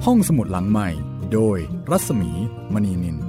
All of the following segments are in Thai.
ห้องสมุดหลังใหม่โดยรัศมีมณีนิน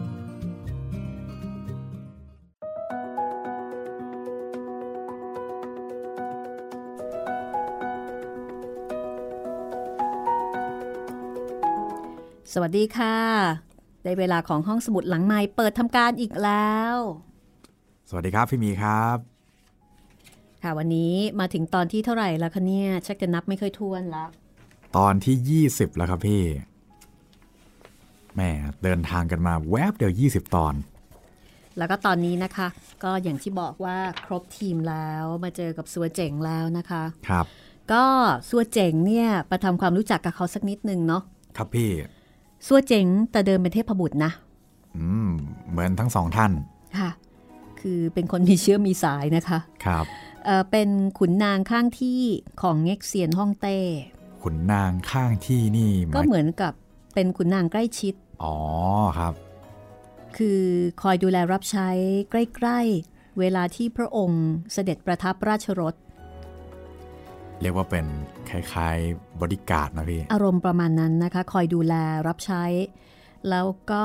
สวัสดีค่ะได้เวลาของห้องสมุดหลังใหม่เปิดทำการอีกแล้วสวัสดีครับพี่มีครับค่ะวันนี้มาถึงตอนที่เท่าไหร่แล้วคะเนี่ยชักจะนับไม่ค่อยถ้วนแล้วตอนที่20แล้วครับพี่แม่เดินทางกันมาแวบเดียว20ตอนแล้วก็ตอนนี้นะคะก็อย่างที่บอกว่าครบทีมแล้วมาเจอกับซัวเจ๋งแล้วนะคะครับก็ซัวเจ๋งเนี่ยประทำความรู้จักกับเขาสักนิดนึงเนาะครับพี่ซัวเจ๋งแต่เดิมเป็นเทพบุตรนะเหมือนทั้งสองท่านค่ะคือเป็นคนมีเชื้อมีสายนะคะครับเป็นขุนนางข้างที่ของเง็กเซียนฮ่องเต้ขุนนางข้างที่นี่ก็เหมือนกับเป็นขุนนางใกล้ชิดอ๋อครับคือคอยดูแลรับใช้ใกล้ๆเวลาที่พระองค์เสด็จประทับราชรถเรียกว่าเป็นคล้ายๆบอดี้การ์ดนะพี่อารมณ์ประมาณนั้นนะคะคอยดูแลรับใช้แล้วก็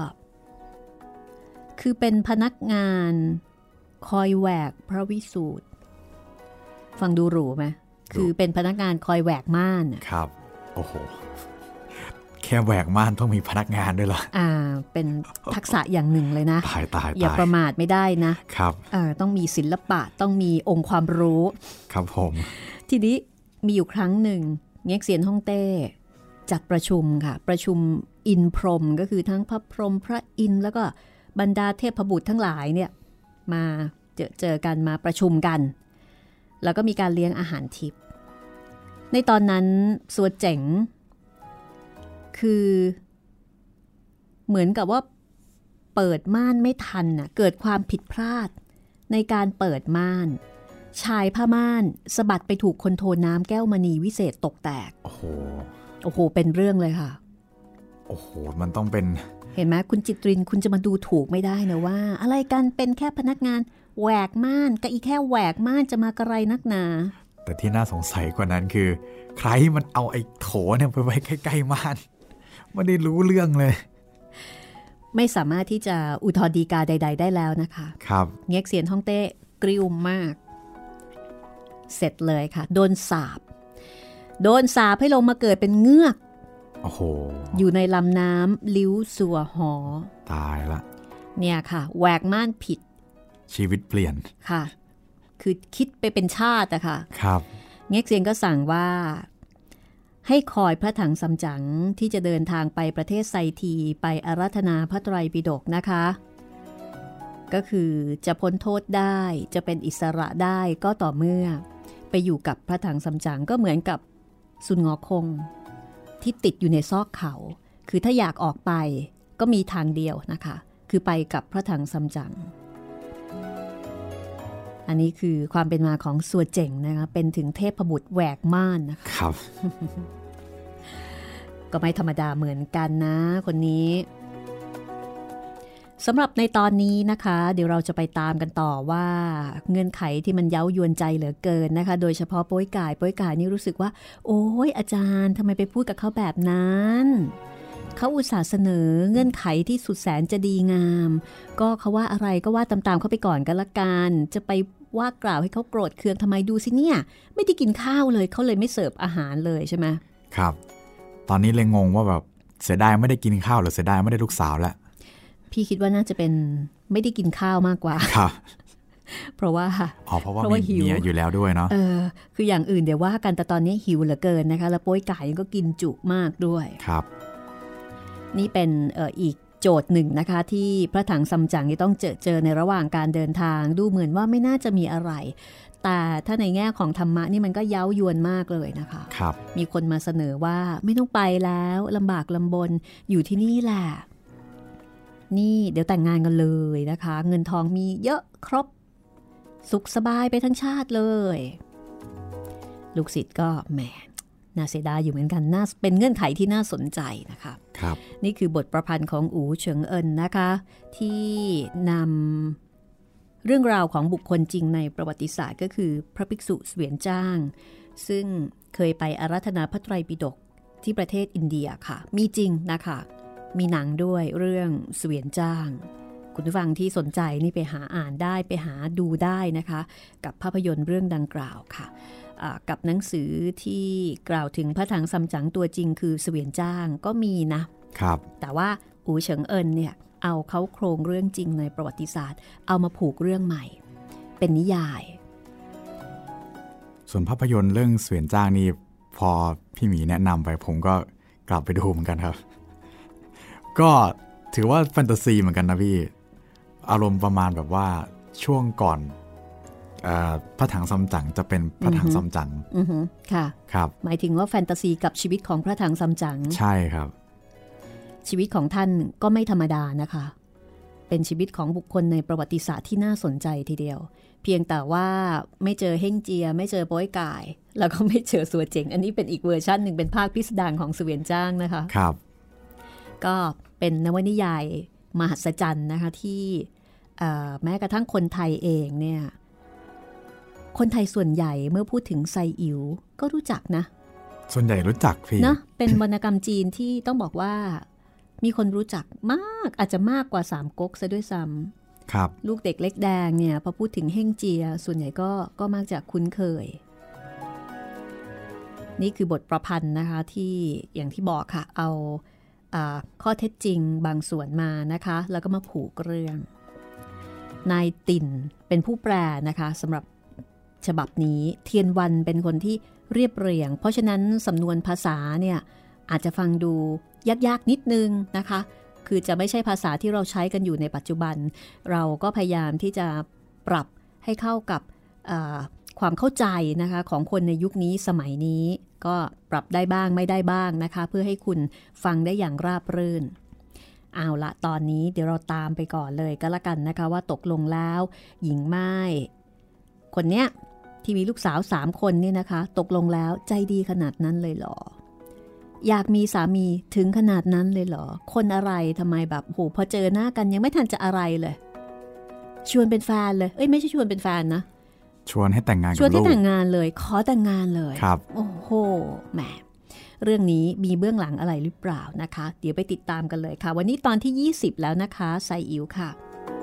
คือเป็นพนักงานคอยแหวกพระวิสูตรฟังดูหรูไหมคือเป็นพนักงานคอยแหวกม่านครับโอ้โหแค่แหวกม่านต้องมีพนักงานด้วยเหรอเป็นทักษะอย่างหนึ่งเลยนะตายอย่าประมาทไม่ได้นะครับต้องมีศิลปะต้องมีองค์ความรู้ครับผมทีนี้มีอยู่ครั้งหนึ่งเง็กเซียนฮ่องเต้จัดประชุมค่ะประชุมอินพรหมก็คือทั้งพระพรหมพระอินทร์แล้วก็บรรดาเทพบุตรทั้งหลายเนี่ยมาเจอกันมาประชุมกันแล้วก็มีการเลี้ยงอาหารทิพย์ในตอนนั้นซัวเจ๋งคือเหมือนกับว่าเปิดม่านไม่ทันน่ะเกิดความผิดพลาดในการเปิดม่านชายผ้าม่านสะบัดไปถูกคนโทน้ำแก้วมณีวิเศษตกแตกโอ้โหเป็นเรื่องเลยค่ะโอ้โหมันต้องเป็นเห็นไหมคุณจิตรินคุณจะมาดูถูกไม่ได้นะว่าอะไรกันเป็นแค่พนักงานแหวกม่านก็อีแค่แหวกม่านจะมากระไรนักหนาแต่ที่น่าสงสัยกว่านั้นคือใครมันเอาไอ้โถเนี่ยไปไว้ใกล้ๆม่านไม่ได้รู้เรื่องเลยไม่สามารถที่จะอุทธรณ์ฎีกาใดๆได้แล้วนะคะครับเง็กเซียนฮ่องเต้กริ้วมากเสร็จเลยค่ะโดนสาปให้ลงมาเกิดเป็นเงือกโอ้โหอยู่ในลำน้ำลิ้วสัวหอตายละเนี่ยค่ะแหวกม่านผิดชีวิตเปลี่ยนค่ะคือคิดไปเป็นชาติอะค่ะครับเง็กเซียนก็สั่งว่าให้คอยพระถังซัมจั๋งที่จะเดินทางไปประเทศไซทีไปอาราธนาพระไตรปิฎกนะคะก็คือจะพ้นโทษได้จะเป็นอิสระได้ก็ต่อเมื่อไปอยู่กับพระถังซัมจั๋งก็เหมือนกับซุนงอคงที่ติดอยู่ในซอกเขาคือถ้าอยากออกไปก็มีทางเดียวนะคะคือไปกับพระถังซัมจั๋งอันนี้คือความเป็นมาของซัวเจ๋งนะคะเป็นถึงเทพบุตรแหวกม่านนะคะครับก็ไม่ธรรมดาเหมือนกันนะคนนี้สำหรับในตอนนี้นะคะเดี๋ยวเราจะไปตามกันต่อว่าเงื่อนไขที่มันเย้ายวนใจเหลือเกินนะคะโดยเฉพาะโป้ยก่ายนี่รู้สึกว่าโอ้ยอาจารย์ทำไมไปพูดกับเขาแบบนั้นเขาอุตส่าห์เสนอเงื่อนไขที่สุดแสนจะดีงามก็เขาว่าอะไรก็ว่าตามๆเขาไปก่อนกันละกันจะไปว่ากล่าวให้เขาโกรธเคืองทำไมดูสิเนี่ยไม่ได้กินข้าวเลยเขาเลยไม่เสิร์ฟอาหารเลยใช่ไหมครับตอนนี้เลยงงว่าแบบเสียดายไม่ได้กินข้าวหรือเสียดายไม่ได้ลูกสาวแล้วพี่คิดว่าน่าจะเป็นไม่ได้กินข้าวมากกว่าครับเพราะว่ามีเมียอยู่แล้วด้วยเนาะคืออย่างอื่นเดี๋ยวว่ากันแต่ตอนนี้หิวเหลือเกินนะคะแล้วโป้ยไก่ก็กินจุมากด้วยครับนี่เป็นอีกโจทย์หนึ่งนะคะที่พระถังซัมจั๋งต้องเจอในระหว่างการเดินทางดูเหมือนว่าไม่น่าจะมีอะไรแต่ถ้าในแง่ของธรรมะนี่มันก็เย้ายวนมากเลยนะคะครับมีคนมาเสนอว่าไม่ต้องไปแล้วลำบากลำบนอยู่ที่นี่แหละนี่เดี๋ยวแต่งงานกันเลยนะคะเงินทองมีเยอะครบสุขสบายไปทั้งชาติเลยลูกศิษย์ก็แหมน่าเสียดายอยู่เหมือนกันน่าเป็นเงื่อนไขที่น่าสนใจนะคะครับนี่คือบทประพันธ์ของอู๋เฉิงเอินนะคะที่นำเรื่องราวของบุคคลจริงในประวัติศาสตร์ก็คือพระภิกษุเสวียนจ้างซึ่งเคยไปอาราธนาพระไตรปิฎกที่ประเทศอินเดียค่ะมีจริงนะคะมีหนังด้วยเรื่องเสวียนจ้างคุณผู้ฟังที่สนใจนี่ไปหาอ่านได้ไปหาดูได้นะคะกับภาพยนตร์เรื่องดังกล่าวค่ะกับหนังสือที่กล่าวถึงพระถังซัมจั๋งตัวจริงคือเสวียนจ้างก็มีนะครับแต่ว่าอูเฉิงเอินเนี่ยเอาเข้าโครงเรื่องจริงในประวัติศาสตร์เอามาผูกเรื่องใหม่เป็นนิยายส่วนภาพยนตร์เรื่องเสวียนจ้างนี่พอพี่หมีแนะนำไปผมก็กลับไปดูเหมือนกันครับก็ถือว่าแฟนตาซีเหมือนกันนะพี่อารมณ์ประมาณแบบว่าช่วงก่อนพระถังซัมจั๋งจะเป็นพระถังซัมจั๋งค่ะครับหมายถึงว่าแฟนตาซีกับชีวิตของพระถังซัมจั๋งใช่ครับชีวิตของท่านก็ไม่ธรรมดานะคะเป็นชีวิตของบุคคลในประวัติศาสตร์ที่น่าสนใจทีเดียวเพียงแต่ว่าไม่เจอเฮ่งเจียไม่เจอโป้ยก่ายแล้วก็ไม่เจอสัวเจ๋งอันนี้เป็นอีกเวอร์ชันหนึ่งเป็นภาคพิสดารของเสวียนจ้างนะคะครับก็เป็นนวนิยายมหัศจรรย์นะคะที่แม้กระทั่งคนไทยเองเนี่ยคนไทยส่วนใหญ่เมื่อพูดถึงไซอิ๋วก็รู้จักนะส่วนใหญ่รู้จักพี่นะเป็นวรรณกรรมจีนที่ต้องบอกว่ามีคนรู้จักมากอาจจะมากกว่าสามก๊กซะด้วยซ้ำครับลูกเด็กเล็กแดงเนี่ยพอพูดถึงเฮ่งเจียส่วนใหญ่ก็มักจะคุ้นเคยนี่คือบทประพันธ์นะคะที่อย่างที่บอกค่ะเอาข้อเท็จจริงบางส่วนมานะคะแล้วก็มาผูกเรื่องนายติ่นเป็นผู้แปลนะคะสำหรับฉบับนี้เทียนวันเป็นคนที่เรียบเรียงเพราะฉะนั้นสำนวนภาษาเนี่ยอาจจะฟังดูยากๆนิดนึงนะคะคือจะไม่ใช่ภาษาที่เราใช้กันอยู่ในปัจจุบันเราก็พยายามที่จะปรับให้เข้ากับความเข้าใจนะคะของคนในยุคนี้สมัยนี้ก็ปรับได้บ้างไม่ได้บ้างนะคะเพื่อให้คุณฟังได้อย่างราบรื่นเอาละตอนนี้เดี๋ยวเราตามไปก่อนเลยก็แล้วกันนะคะว่าตกลงแล้วหญิงไม้คนเนี้ยที่มีลูกสาว3คนนี่นะคะตกลงแล้วใจดีขนาดนั้นเลยเหรออยากมีสามีถึงขนาดนั้นเลยเหรอคนอะไรทำไมแบบโหพอเจอหน้ากันยังไม่ทันจะอะไรเลยชวนเป็นแฟนเลยไม่ใช่ชวนเป็นแฟนนะชวนให้แต่งงานกับลูกชวนให้แต่งงานเลยขอแต่งงานเลยครับโอ้โหแหมเรื่องนี้มีเบื้องหลังอะไรหรือเปล่านะคะเดี๋ยวไปติดตามกันเลยค่ะวันนี้ตอนที่20แล้วนะคะไซอิ๋วค่ะ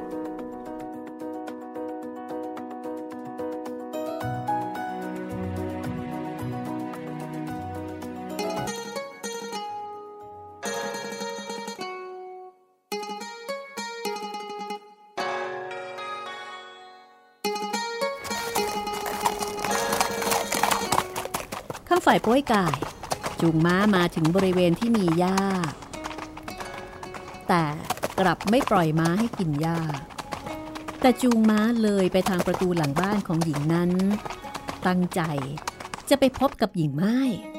ฝ่ายโป้ยก่ายจูงม้ามาถึงบริเวณที่มีหญ้าแต่กลับไม่ปล่อยม้าให้กินหญ้าแต่จูงม้าเลยไปทางประตูหลังบ้านของหญิงนั้นตั้งใจจะไปพบกับหญิงไม้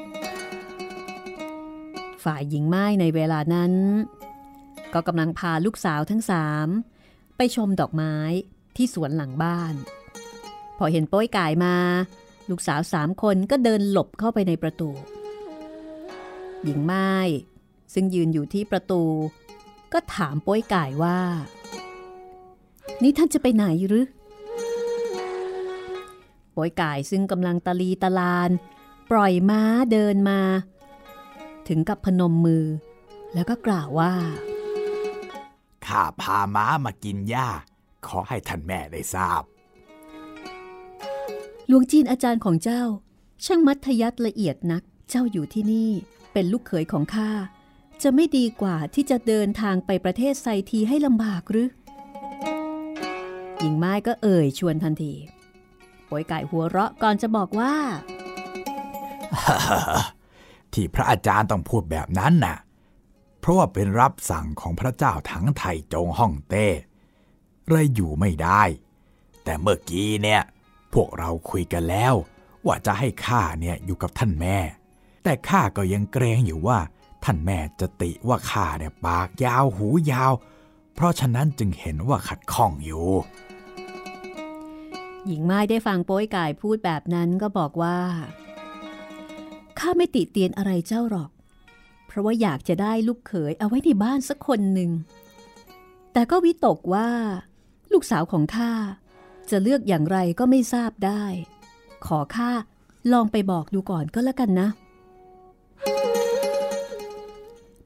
ฝ่ายหญิงไม้ในเวลานั้นก็กำลังพาลูกสาวทั้ง3ไปชมดอกไม้ที่สวนหลังบ้านพอเห็นโป้ยก่ายมาลูกสาว3คนก็เดินหลบเข้าไปในประตูหญิงไม้ซึ่งยืนอยู่ที่ประตูก็ถามโป้ยก่ายว่านี่ท่านจะไปไหนหรือโป้ยก่ายซึ่งกำลังตะลีตะลานปล่อยม้าเดินมาถึงกับพนมมือแล้วก็กล่าวว่าข้าพาม้ามากินหญ้าขอให้ท่านแม่ได้ทราบหลวงจีนอาจารย์ของเจ้าช่างมัธยัสถ์ละเอียดนักเจ้าอยู่ที่นี่เป็นลูกเขยของข้าจะไม่ดีกว่าที่จะเดินทางไปประเทศไซทีให้ลำบากหรือหญิงไม้ก็ชวนทันทีโป้ยก่ายหัวเราะก่อนจะบอกว่าที่พระอาจารย์ต้องพูดแบบนั้นน่ะเพราะว่าเป็นรับสั่งของพระเจ้าถังไถจงฮ่องเต้เลยอยู่ไม่ได้แต่เมื่อกี้เนี่ยพวกเราคุยกันแล้วว่าจะให้ข้าเนี่ยอยู่กับท่านแม่แต่ข้าก็ยังเกรงอยู่ว่าท่านแม่จะติว่าข้าเนี่ยปากยาวหูยาวเพราะฉะนั้นจึงเห็นว่าขัดข้องอยู่หญิงไม้ได้ฟังโป้ยก่ายพูดแบบนั้นก็บอกว่าข้าไม่ติเตียนอะไรเจ้าหรอกเพราะว่าอยากจะได้ลูกเขยเอาไว้ในบ้านสักคนหนึ่งแต่ก็วิตกว่าลูกสาวของข้าจะเลือกอย่างไรก็ไม่ทราบได้ขอข้าลองไปบอกดูก่อนก็แล้วกันนะ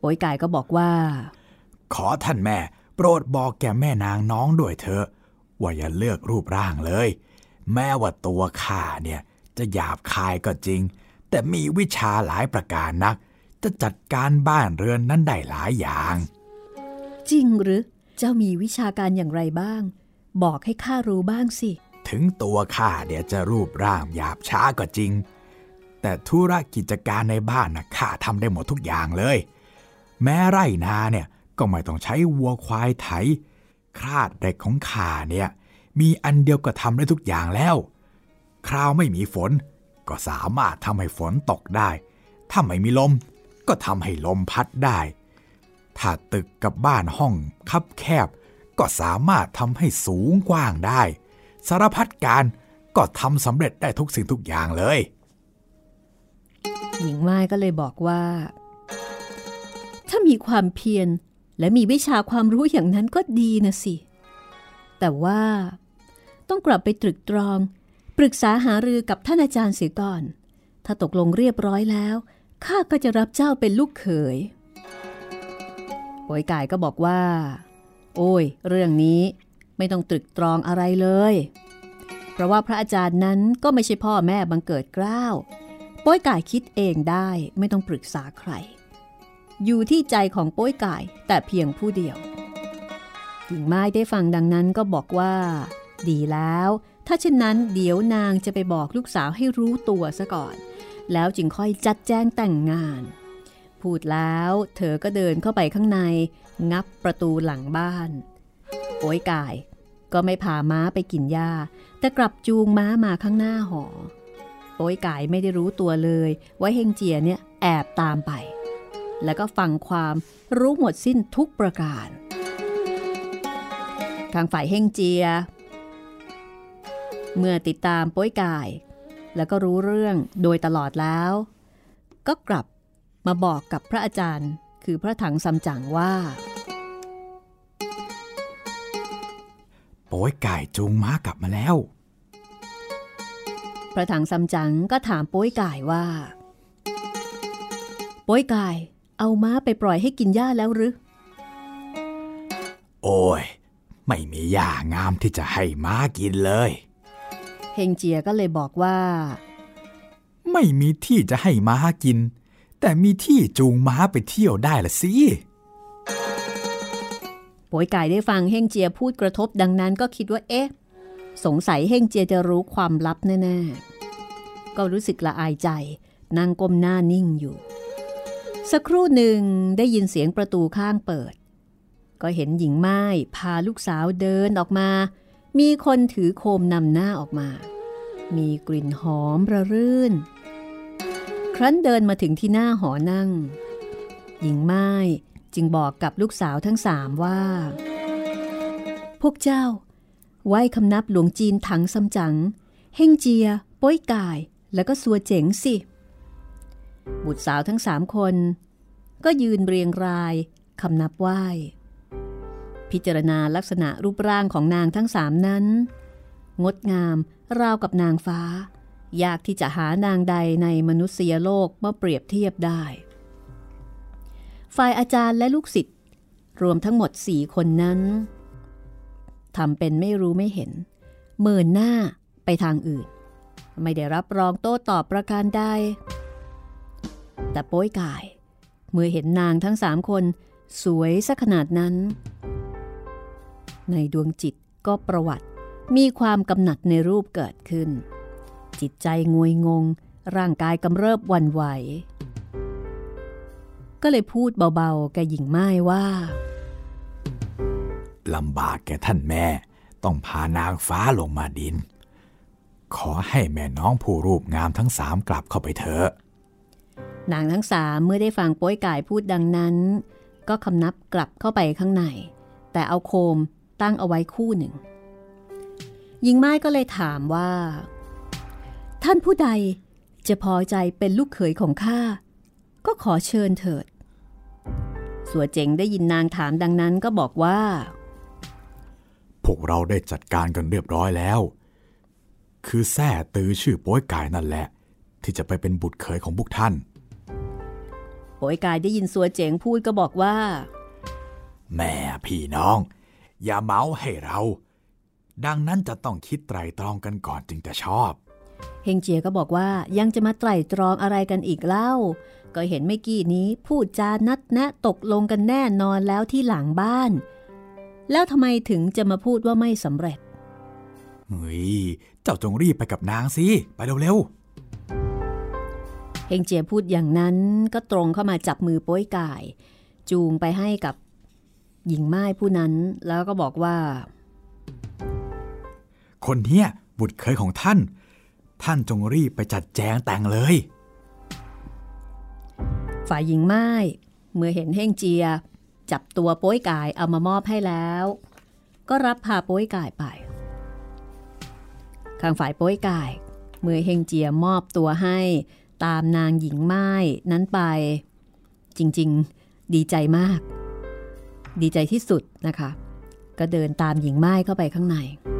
ป๋ยไก่ก็บอกว่าขอท่านแม่โปรดบอกแก่แม่นางน้องด้วยเถอะว่าอย่าเลือกรูปร่างเลยแม้ว่าตัวข้าเนี่ยจะหยาบคายก็จริงแต่มีวิชาหลายประการนักจะจัดการบ้านเรือนนั้นได้หลายอย่างจริงหรือเจ้ามีวิชาการอย่างไรบ้างบอกให้ข้ารู้บ้างสิถึงตัวข้าเนี่ยจะรูปร่างหยาบช้าก็จริงแต่ธุรกิจการในบ้านนะข้าทำได้หมดทุกอย่างเลยแม้ไร่นาเนี่ยก็ไม่ต้องใช้วัวควายไถคราดเหล็กของข้าเนี่ยมีอันเดียวก็ทำได้ทุกอย่างแล้วคราวไม่มีฝนก็สามารถทำให้ฝนตกได้ถ้าไม่มีลมก็ทำให้ลมพัดได้ถ้าตึกกับบ้านห้องคับแคบก็สามารถทำให้สูงกว้างได้สารพัดการก็ทำสำเร็จได้ทุกสิ่งทุกอย่างเลยหญิงไม้ก็เลยบอกว่าถ้ามีความเพียรและมีวิชาความรู้อย่างนั้นก็ดีนะสิแต่ว่าต้องกลับไปตรึกตรองปรึกษาหารือกับท่านอาจารย์เสียก่อนถ้าตกลงเรียบร้อยแล้วข้าก็จะรับเจ้าเป็นลูกเขยป๋ยไก่ก็บอกว่าโอ้ยเรื่องนี้ไม่ต้องตรึกตรองอะไรเลยเพราะว่าพระอาจารย์นั้นก็ไม่ใช่พ่อแม่บังเกิดเกล้าป๋ยไก่คิดเองได้ไม่ต้องปรึกษาใครอยู่ที่ใจของป๋ยไก่แต่เพียงผู้เดียวหญิงไม้ได้ฟังดังนั้นก็บอกว่าดีแล้วถ้าเช่นนั้นเดี๋ยวนางจะไปบอกลูกสาวให้รู้ตัวซะก่อนแล้วจึงค่อยจัดแจงแต่งงานพูดแล้วเธอก็เดินเข้าไปข้างในงับประตูหลังบ้านป๋ยไก่ก็ไม่พาม้าไปกินหญ้าแต่กลับจูงม้ามาข้างหน้าหอป๋ยไก่ไม่ได้รู้ตัวเลยว่าเฮงเจียเนี่ยแอบตามไปแล้วก็ฟังความรู้หมดสิ้นทุกประการทางฝ่ายเฮงเจียเมื่อติดตามป๋ยไก่แล้วก็รู้เรื่องโดยตลอดแล้วก็กลับมาบอกกับพระอาจารย์คือพระถังซัมจั๋งว่าป๋ยไก่จูงม้ากลับมาแล้วพระถังซัมจั๋งก็ถามป๋ยไก่ว่าป๋ยไก่เอาม้าไปปล่อยให้กินหญ้าแล้วหรือโอ้ยไม่มีหญ้างามที่จะให้ม้ากินเลยเฮงเจียก็เลยบอกว่าไม่มีที่จะให้ม้ากินแต่มีที่จูงม้าไปเที่ยวได้ละสิป๋ยไก่ได้ฟังเฮงเจียพูดกระทบดังนั้นก็คิดว่าเอ๊ะสงสัยเฮงเจียจะรู้ความลับแน่ๆก็รู้สึกละอายใจนั่งก้มหน้านิ่งอยู่สักครู่หนึ่งได้ยินเสียงประตูข้างเปิดก็เห็นหญิงไม้พาลูกสาวเดินออกมามีคนถือโคมนำหน้าออกมามีกลิ่นหอมระรื่นครั้นเดินมาถึงที่หน้าหอนั่งหญิงไม้จึงบอกกับลูกสาวทั้งสามว่าพวกเจ้าไหว้คำนับหลวงจีนถังซัมจั๋งเฮงเจียป๋ยไก่แล้วก็ซัวเจ๋งสิบุตรสาวทั้ง3คนก็ยืนเรียงรายคำนับไหว้พิจารณาลักษณะรูปร่างของนางทั้ง3นั้นงดงามราวกับนางฟ้ายากที่จะหานางใดในมนุษยโลกมาเปรียบเทียบได้ฝ่ายอาจารย์และลูกศิษย์รวมทั้งหมด4คนนั้นทำเป็นไม่รู้ไม่เห็นเมินหน้าไปทางอื่นไม่ได้รับรองโต้ตอบประการใดแต่ป๋ยไก่เมื่อเห็นนางทั้ง3คนสวยซะขนาดนั้นในดวงจิตก็ประวัติมีความกำหนัดในรูปเกิดขึ้นจิตใจงวยงงร่างกายกำเริบหวั่นไหวก็เลยพูดเบาๆแกหญิงไม้ว่าลำบากแกท่านแม่ต้องพานางฟ้าลงมาดินขอให้แม่น้องผู้รูปงามทั้ง3กลับเข้าไปเถอะนางทั้ง3เมื่อได้ฟังป๋ยไก่พูดดังนั้นก็คำนับกลับเข้าไปข้างในแต่เอาโคมตั้งเอาไว้คู่หนึ่งหญิงไม้ก็เลยถามว่าท่านผู้ใดจะพอใจเป็นลูกเขยของข้าก็ขอเชิญเถิดสัวเจ๋งได้ยินนางถามดังนั้นก็บอกว่าพวกเราได้จัดการกันเรียบร้อยแล้วคือแซ่ตื้อชื่อป๋ยไก่นั่นแหละที่จะไปเป็นบุตรเขยของพวกท่านป๋ป๋ยกายได้ยินสัวเจ๋งพูดก็บอกว่าแม่พี่น้องอย่าเมาให้เราดังนั้นจะต้องคิดไตร่ตรองกันก่อนจึงจะชอบเฮงเจียก็บอกว่ายังจะมาไตร่ตรองอะไรกันอีกเล่าก็เห็นเมื่อกี้นี้พูดจานัดแนะตกลงกันแน่นอนแล้วที่หลังบ้านแล้วทำไมถึงจะมาพูดว่าไม่สำเร็จเฮ้ยเจ้าจงรีบไปกับนางสิไปเร็วๆเฮงเจียพูดอย่างนั้นก็ตรงเข้ามาจับมือโป้ยก่ายจูงไปให้กับหญิงม่ายผู้นั้นแล้วก็บอกว่าคนเนี้ยบุตรเคยของท่านจงรีบไปจัดแจงแต่งเลยฝ่ายหญิงม่ายเมื่อเห็นเฮงเจียจับตัวโป้ยก่ายเอามามอบให้แล้วก็รับพาโป้ยก่ายไปข้างฝ่ายโป้ยก่ายเมื่อเฮงเจียมอบตัวให้ตามนางหญิงม่ายนั้นไปจริงๆดีใจมากดีใจที่สุดนะคะก็เดินตามหญิงม่ายเข้าไปข้างใน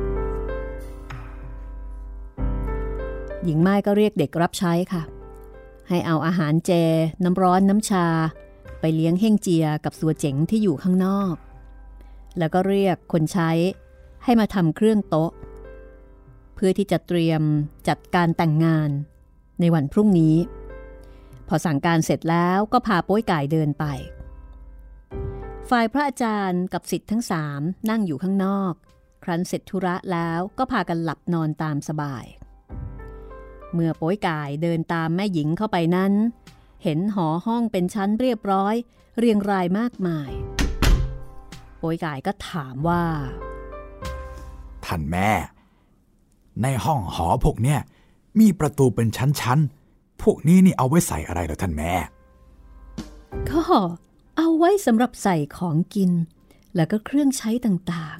หญิงม่ายก็เรียกเด็กรับใช้ค่ะให้เอาอาหารเจน้ำร้อนน้ำชาไปเลี้ยงเฮ่งเจียกับสัวเจ๋งที่อยู่ข้างนอกแล้วก็เรียกคนใช้ให้มาทำเครื่องโต๊ะเพื่อที่จะเตรียมจัดการแต่งงานในวันพรุ่งนี้พอสั่งการเสร็จแล้วก็พาโป้ยก่ายเดินไปฝ่ายพระอาจารย์กับศิษย์ทั้ง3นั่งอยู่ข้างนอกครั้นเสร็จธุระแล้วก็พากันหลับนอนตามสบายเมื่อโป้ยก่ายเดินตามแม่หญิงเข้าไปนั้นเห็นหอห้องเป็นชั้นเรียบร้อยเรียงรายมากมายโป้ยก่ายก็ถามว่าท่านแม่ในห้องหอพวกเนี้ยมีประตูเป็นชั้นๆพวกนี้นี่เอาไว้ใส่อะไรเหรอท่านแม่ก็เอาไว้สำหรับใส่ของกินแล้วก็เครื่องใช้ต่าง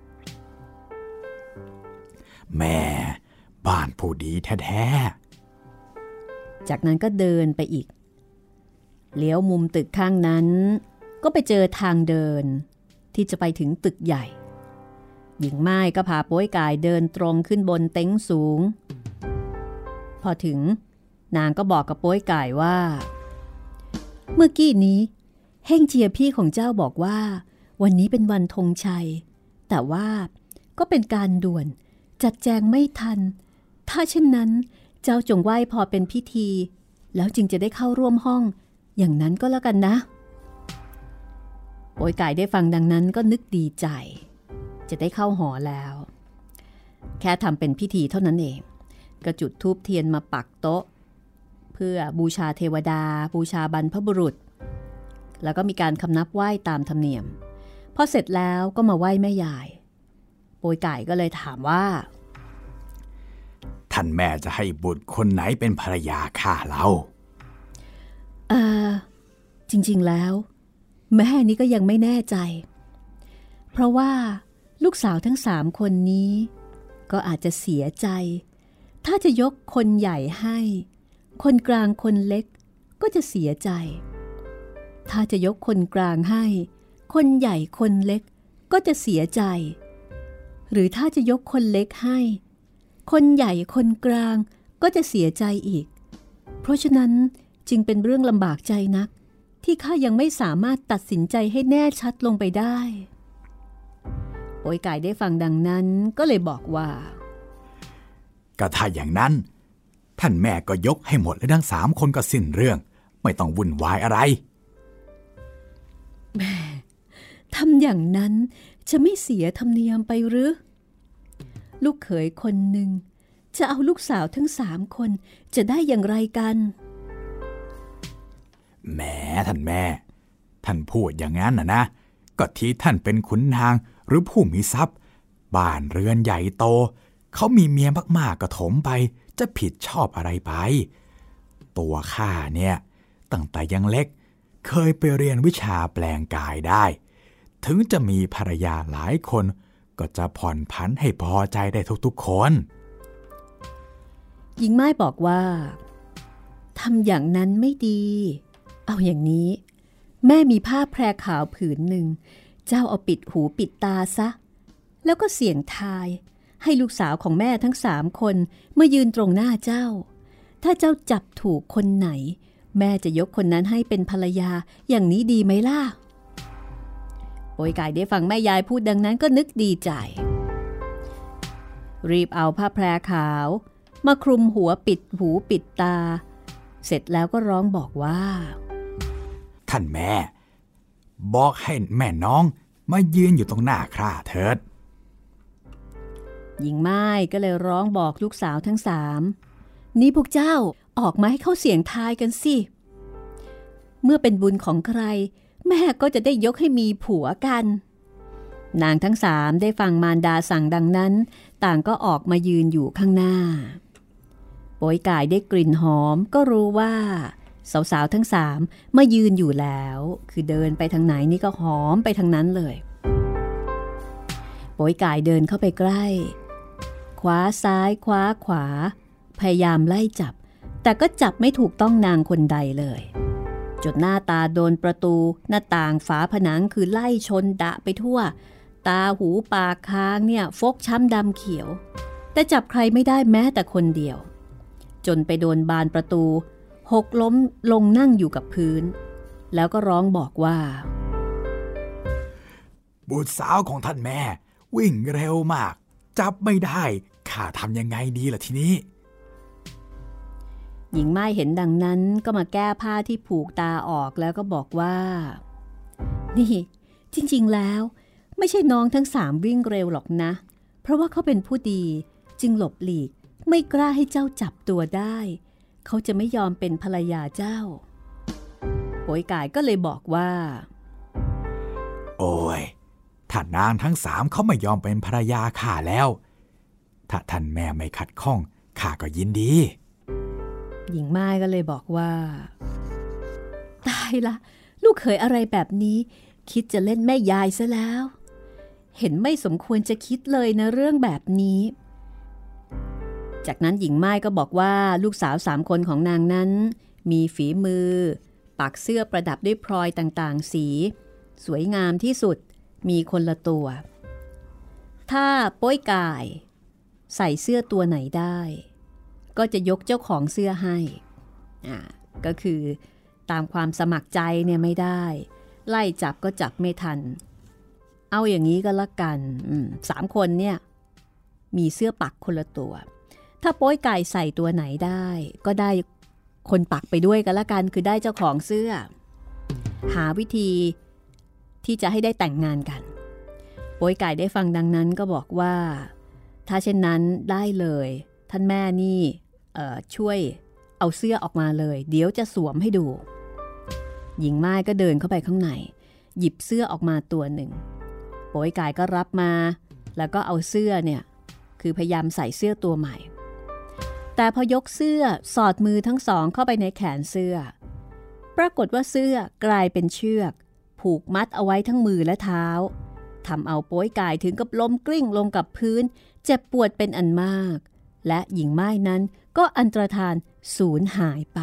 ๆแม่บ้านผู้ดีแท้ๆจากนั้นก็เดินไปอีกเลี้ยวมุมตึกข้างนั้นก็ไปเจอทางเดินที่จะไปถึงตึกใหญ่หญิงม่ายก็พาโป้ยก่ายเดินตรงขึ้นบนเต็งสูงพอถึงนางก็บอกกับโป้ยก่ายว่าเมื่อกี้นี้เฮ่งเจียพี่ของเจ้าบอกว่าวันนี้เป็นวันธงชัยแต่ว่าก็เป็นการด่วนจัดแจงไม่ทันถ้าเช่นนั้นเจ้าจงไหว้พอเป็นพิธีแล้วจึงจะได้เข้าร่วมห้องอย่างนั้นก็แล้วกันนะโป้ยก่ายได้ฟังดังนั้นก็นึกดีใจจะได้เข้าหอแล้วแค่ทำเป็นพิธีเท่านั้นเองก็จุดธูปเทียนมาปักโต๊ะเพื่อบูชาเทวดาบูชาบรรพบุรุษแล้วก็มีการคำนับไหว้ตามธรรมเนียมพอเสร็จแล้วก็มาไหว้แม่ยายโป้ยก่ายก็เลยถามว่าท่านแม่จะให้บุตรคนไหนเป็นภรรยาข้าเราจริงๆแล้วแม่นี้ก็ยังไม่แน่ใจเพราะว่าลูกสาวทั้ง3คนนี้ก็อาจจะเสียใจถ้าจะยกคนใหญ่ให้คนกลางคนเล็กก็จะเสียใจถ้าจะยกคนกลางให้คนใหญ่คนเล็กก็จะเสียใจหรือถ้าจะยกคนเล็กให้คนใหญ่คนกลางก็จะเสียใจอีกเพราะฉะนั้นจึงเป็นเรื่องลำบากใจนักที่ข้ายังไม่สามารถตัดสินใจให้แน่ชัดลงไปได้โป้ยก่ายได้ฟังดังนั้นก็เลยบอกว่าก็ถ้าอย่างนั้นท่านแม่ก็ยกให้หมดเลยทั้ง3คนก็สิ้นเรื่องไม่ต้องวุ่นวายอะไรแม่ทำอย่างนั้นจะไม่เสียธรรมเนียมไปหรือลูกเขยคนหนึ่งจะเอาลูกสาวทั้ง3คนจะได้อย่างไรกันแหมท่านแม่ท่านพูดอย่างนั้นนะก็ที่ท่านเป็นขุนนางหรือผู้มีทรัพย์บ้านเรือนใหญ่โตเขามีเมียมากๆก็ถมไปจะผิดชอบอะไรไปตัวข้าเนี่ยตั้งแต่ยังเล็กเคยไปเรียนวิชาแปลงกายได้ถึงจะมีภรรยาหลายคนก็จะผ่อนผันให้พอใจได้ทุกๆคนหญิงม่ายบอกว่าทำอย่างนั้นไม่ดีเอาอย่างนี้แม่มีผ้าแพรขาวผืนหนึ่งเจ้าเอาปิดหูปิดตาซะแล้วก็เสี่ยงทายให้ลูกสาวของแม่ทั้ง3คนมายืนตรงหน้าเจ้าถ้าเจ้าจับถูกคนไหนแม่จะยกคนนั้นให้เป็นภรรยาอย่างนี้ดีไหมล่ะโป๋ยไก่ได้ฟังแม่ยายพูดดังนั้นก็นึกดีใจรีบเอาผ้าแพรขาวมาคลุมหัวปิดหูปิดตาเสร็จแล้วก็ร้องบอกว่าท่านแม่บอกให้แม่น้องมายืนอยู่ตรงหน้าข้าเถิดหญิงไม้ก็เลยร้องบอกลูกสาวทั้งสามนี่พวกเจ้าออกมาให้เขาเสี่ยงทายกันสิเมื่อเป็นบุญของใครแม่ก็จะได้ยกให้มีผัวกันนางทั้งสามได้ฟังมารดาสั่งดังนั้นต่างก็ออกมายืนอยู่ข้างหน้าโป๋ยไก่ได้กลิ่นหอมก็รู้ว่าสาวๆทั้งสามมายืนอยู่แล้วคือเดินไปทางไหนนี่ก็หอมไปทางนั้นเลยโป๋ยไก่เดินเข้าไปใกล้คว้าซ้ายคว้าขวาพยายามไล่จับแต่ก็จับไม่ถูกต้องนางคนใดเลยจนหน้าตาโดนประตูหน้าต่างฝาผนังคือไล่ชนดะไปทั่วตาหูปากคางเนี่ยฟกช้ำดำเขียวแต่จับใครไม่ได้แม้แต่คนเดียวจนไปโดนบานประตูหกล้มลงนั่งอยู่กับพื้นแล้วก็ร้องบอกว่าบุตรสาวของท่านแม่วิ่งเร็วมากจับไม่ได้ข้าทำยังไงดีล่ะทีนี้หญิงไม้เห็นดังนั้นก็มาแก้ผ้าที่ผูกตาออกแล้วก็บอกว่านี่จริงๆแล้วไม่ใช่น้องทั้งสามวิ่งเร็วหรอกนะเพราะว่าเขาเป็นผู้ดีจึงหลบหลีกไม่กล้าให้เจ้าจับตัวได้เขาจะไม่ยอมเป็นภรรยาเจ้าโป๋ยไก่ก็เลยบอกว่าโอ้ยถ้านางทั้งสามเขาไม่ยอมเป็นภรรยาข้าแล้วถ้าท่านแม่ไม่ขัดข้องข้าก็ยินดีหญิงไม้ก็เลยบอกว่าตายละลูกเขยอะไรแบบนี้คิดจะเล่นแม่ยายซะแล้วเห็นไม่สมควรจะคิดเลยนะเรื่องแบบนี้จากนั้นหญิงไม้ก็บอกว่าลูกสาว3 คนของนางนั้นมีฝีมือปักเสื้อประดับด้วยพลอยต่างๆสีสวยงามที่สุดมีคนละตัวถ้าโป้ยก่ายใส่เสื้อตัวไหนได้ก็จะยกเจ้าของเสื้อให้ก็คือตามความสมัครใจเนี่ยไม่ได้ไล่จับก็จับไม่ทันเอาอย่างนี้ก็แล้วกัน3 คนเนี่ยมีเสื้อปักคนละตัวถ้าโป้ยไก่ใส่ตัวไหนได้ก็ได้คนปักไปด้วยกันละกันคือได้เจ้าของเสื้อหาวิธีที่จะให้ได้แต่งงานกันโป้ยไก่ได้ฟังดังนั้นก็บอกว่าถ้าเช่นนั้นได้เลยท่านแม่นี่ช่วยเอาเสื้อออกมาเลยเดี๋ยวจะสวมให้ดูหญิงไม้ก็เดินเข้าไปข้างในหยิบเสื้อออกมาตัวหนึ่งโป๋ยไก่ก็รับมาแล้วก็เอาเสื้อเนี่ยคือพยายามใส่เสื้อตัวใหม่แต่พอยกเสื้อสอดมือทั้งสองเข้าไปในแขนเสื้อปรากฏว่าเสื้อกลายเป็นเชือกผูกมัดเอาไว้ทั้งมือและเท้าทำเอาโป๋ยไก่ถึงกับล้มกลิ้งลงกับพื้นเจ็บปวดเป็นอันมากและหญิงไม้นั้นก็อันตรธานสูญหายไป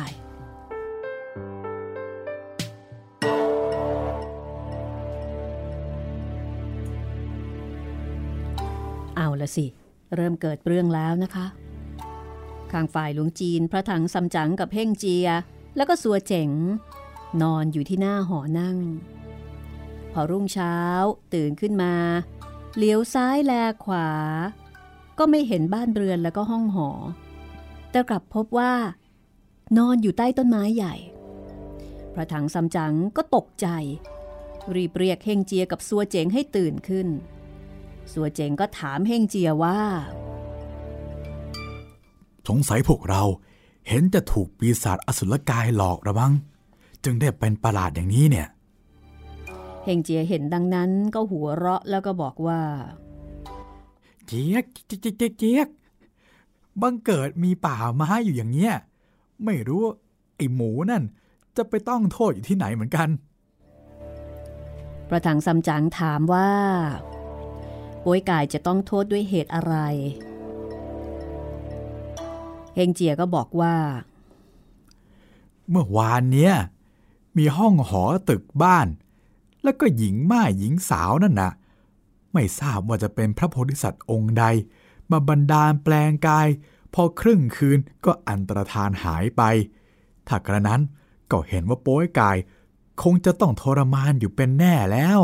เอาละสิเริ่มเกิดเรื่องแล้วนะคะข้างฝ่ายหลวงจีนพระถังซัมจั๋งกับเฮ่งเจียแล้วก็สัวเจ๋งนอนอยู่ที่หน้าหอนั่งพอรุ่งเช้าตื่นขึ้นมาเลี้ยวซ้ายแลขวาก็ไม่เห็นบ้านเรือนแล้วก็ห้องหอแต่กลับพบว่านอนอยู่ใต้ต้นไม้ใหญ่พระถังซัมจั๋งก็ตกใจรีบเรียกเฮ่งเจียกับสัวเจ๋งให้ตื่นขึ้นสัวเจ๋งก็ถามเฮ่งเจียว่าสงสัยพวกเราเห็นจะถูกปีศาจอสุรกายหลอกระบังจึงได้เป็นประหลาดอย่างนี้เนี่ยเฮ่งเจียเห็นดังนั้นก็หัวเราะแล้วก็บอกว่าเจี๊ยกเจี๊ยกบังเกิดมีป่าไม้อยู่อย่างเงี้ยไม่รู้ไอ้หมูนั่นจะไปต้องโทษอยู่ที่ไหนเหมือนกันพระถังซัมจั๋งถามว่าโป้ยก่ายจะต้องโทษด้วยเหตุอะไรเฮงเจียก็บอกว่าเมื่อวานเนี้ยมีห้องหอตึกบ้านแล้วก็หญิงม่ายหญิงสาวนั่นน่ะไม่ทราบว่าจะเป็นพระโพธิสัตว์องค์ใดมาบันดาลแปลงกายพอครึ่งคืนก็อันตรธานหายไปถ้ากระนั้นก็เห็นว่าโป้ยกายคงจะต้องทรมานอยู่เป็นแน่แล้ว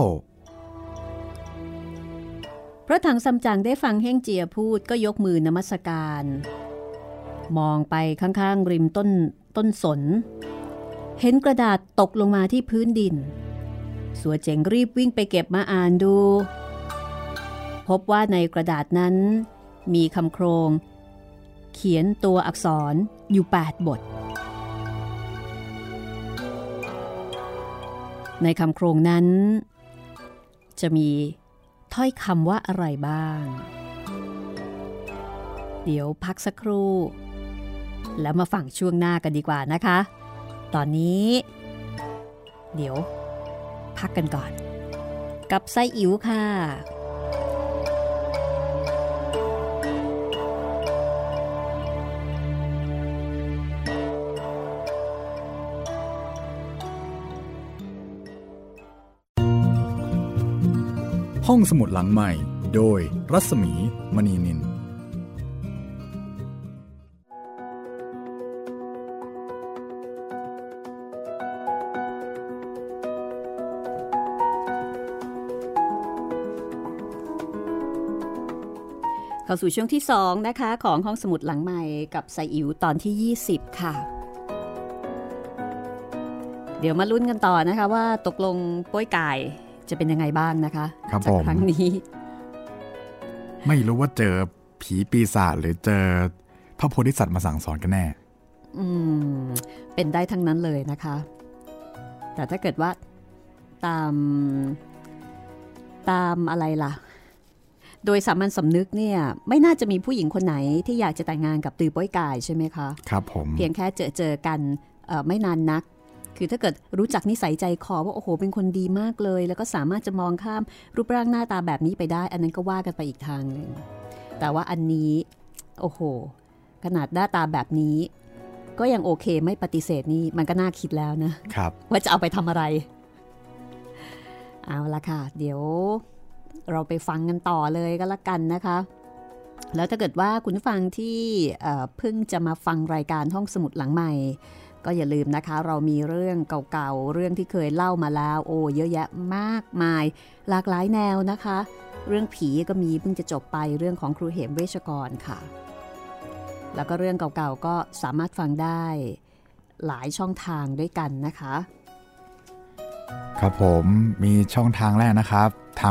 พระถังซัมจั๋งได้ฟังเฮ่งเจียพูดก็ยกมือนมัสการมองไปข้างๆริมต้นสนเห็นกระดาษตกลงมาที่พื้นดินสัวเจ๋งรีบวิ่งไปเก็บมาอ่านดูพบว่าในกระดาษนั้นมีคำโครงเขียนตัวอักษรอยู่8 บทในคำโครงนั้นจะมีถ้อยคำว่าอะไรบ้างเดี๋ยวพักสักครู่แล้วมาฟังช่วงหน้ากันดีกว่านะคะตอนนี้เดี๋ยวพักกันก่อนกับไส้อิ๋วค่ะห้องสมุดหลังใหม่โดยรัศมีมณีนินเข้าสู่ช่วงที่2นะคะของห้องสมุดหลังใหม่กับไซอิ๋วตอนที่20ค่ะเดี๋ยวมาลุ้นกันต่อนะคะว่าตกลงโป้ยไก่จะเป็นยังไงบ้างนะคะจากครั้งนี้ไม่รู้ว่าเจอผีปีศาจหรือเจอพระโพธิสัตว์มาสั่งสอนกันแน่เป็นได้ทั้งนั้นเลยนะคะแต่ถ้าเกิดว่าตามอะไรล่ะโดยสามัญสำนึกเนี่ยไม่น่าจะมีผู้หญิงคนไหนที่อยากจะแต่งงานกับตือโป้ยกายใช่ไหมคะครับผมเพียงแค่เจอกันไม่นานนักคือถ้าเกิดรู้จักนิสัยใจคอว่าโอ้โหเป็นคนดีมากเลยแล้วก็สามารถจะมองข้ามรูปร่างหน้าตาแบบนี้ไปได้อันนั้นก็ว่ากันไปอีกทางหนึ่งแต่ว่าอันนี้โอ้โหขนาดหน้าตาแบบนี้ก็ยังโอเคไม่ปฏิเสธนี่มันก็น่าคิดแล้วนะครับว่าจะเอาไปทำอะไรเอาละค่ะเดี๋ยวเราไปฟังกันต่อเลยก็แล้วกันนะคะแล้วถ้าเกิดว่าคุณผู้ฟังที่เพิ่งจะมาฟังรายการห้องสมุดหลังใหม่ก็อย่าลืมนะคะเรามีเรื่องเก่าๆเรื่องที่เคยเล่ามาแล้วโอ้เยอะแยะมากมายหลากหลายแนวนะคะเรื่องผีก็มีเพิ่งจะจบไปเรื่องของครูเหมเวชกรค่ะแล้วก็เรื่องเก่าๆก็สามารถฟังได้หลายช่องทางด้วยกันนะคะครับผมมีช่องทางแรกนะครับทาง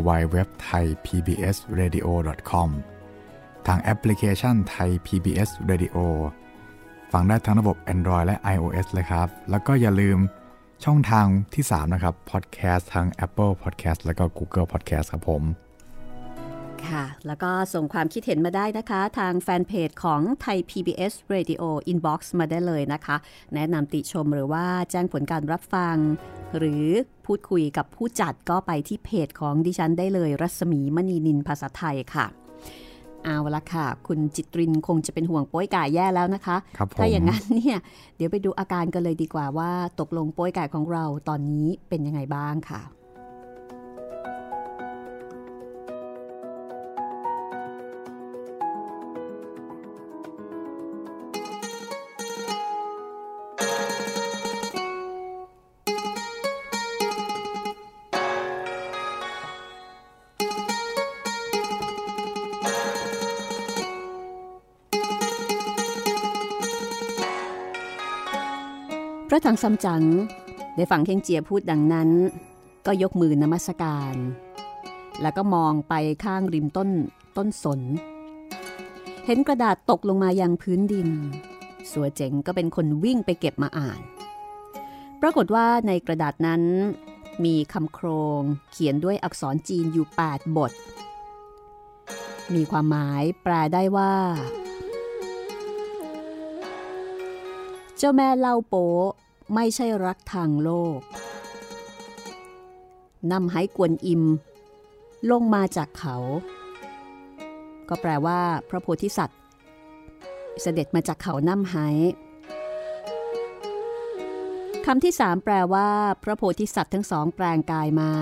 www.thaipbsradio.com ทางแอปพลิเคชัน Thai PBS Radioฟังได้ทั้งระบบ Android และ iOS เลยครับแล้วก็อย่าลืมช่องทางที่3นะครับ Podcast ทั้ง Apple Podcast แล้วก็ Google Podcast ครับผมค่ะแล้วก็ส่งความคิดเห็นมาได้นะคะทางแฟนเพจของ Thai PBS Radio Inbox มาได้เลยนะคะแนะนำติชมหรือว่าแจ้งผลการรับฟังหรือพูดคุยกับผู้จัดก็ไปที่เพจของดิฉันได้เลยรัศมีมณีนินภาษาไทยค่ะเอาละค่ะคุณจิตรินคงจะเป็นห่วงโป้ยไก่แย่แล้วนะคะถ้าอย่างนั้นเนี่ยเดี๋ยวไปดูอาการกันเลยดีกว่าว่าตกลงโป้ยไก่ของเราตอนนี้เป็นยังไงบ้างค่ะพระถังซัมจั๋งได้ฟังเฮ่งเจียพูดดังนั้นก็ยกมือนมัสการแล้วก็มองไปข้างริมต้นสนเห็นกระดาษตกลงมายังพื้นดินสัวเจ๋งก็เป็นคนวิ่งไปเก็บมาอ่านปรากฏว่าในกระดาษนั้นมีคำโครงเขียนด้วยอักษรจีนอยู่8 บทมีความหมายแปลได้ว่าเจ้าแม่เล่าโป๊ไม่ใช่รักทางโลกนำไหกวนอิมลงมาจากเขาก็แปลว่าพระโพธิสัตว์เสด็จมาจากเขาน้ำไหคำที่3แปลว่าพระโพธิสัตว์ทั้งสองแปลงกายมา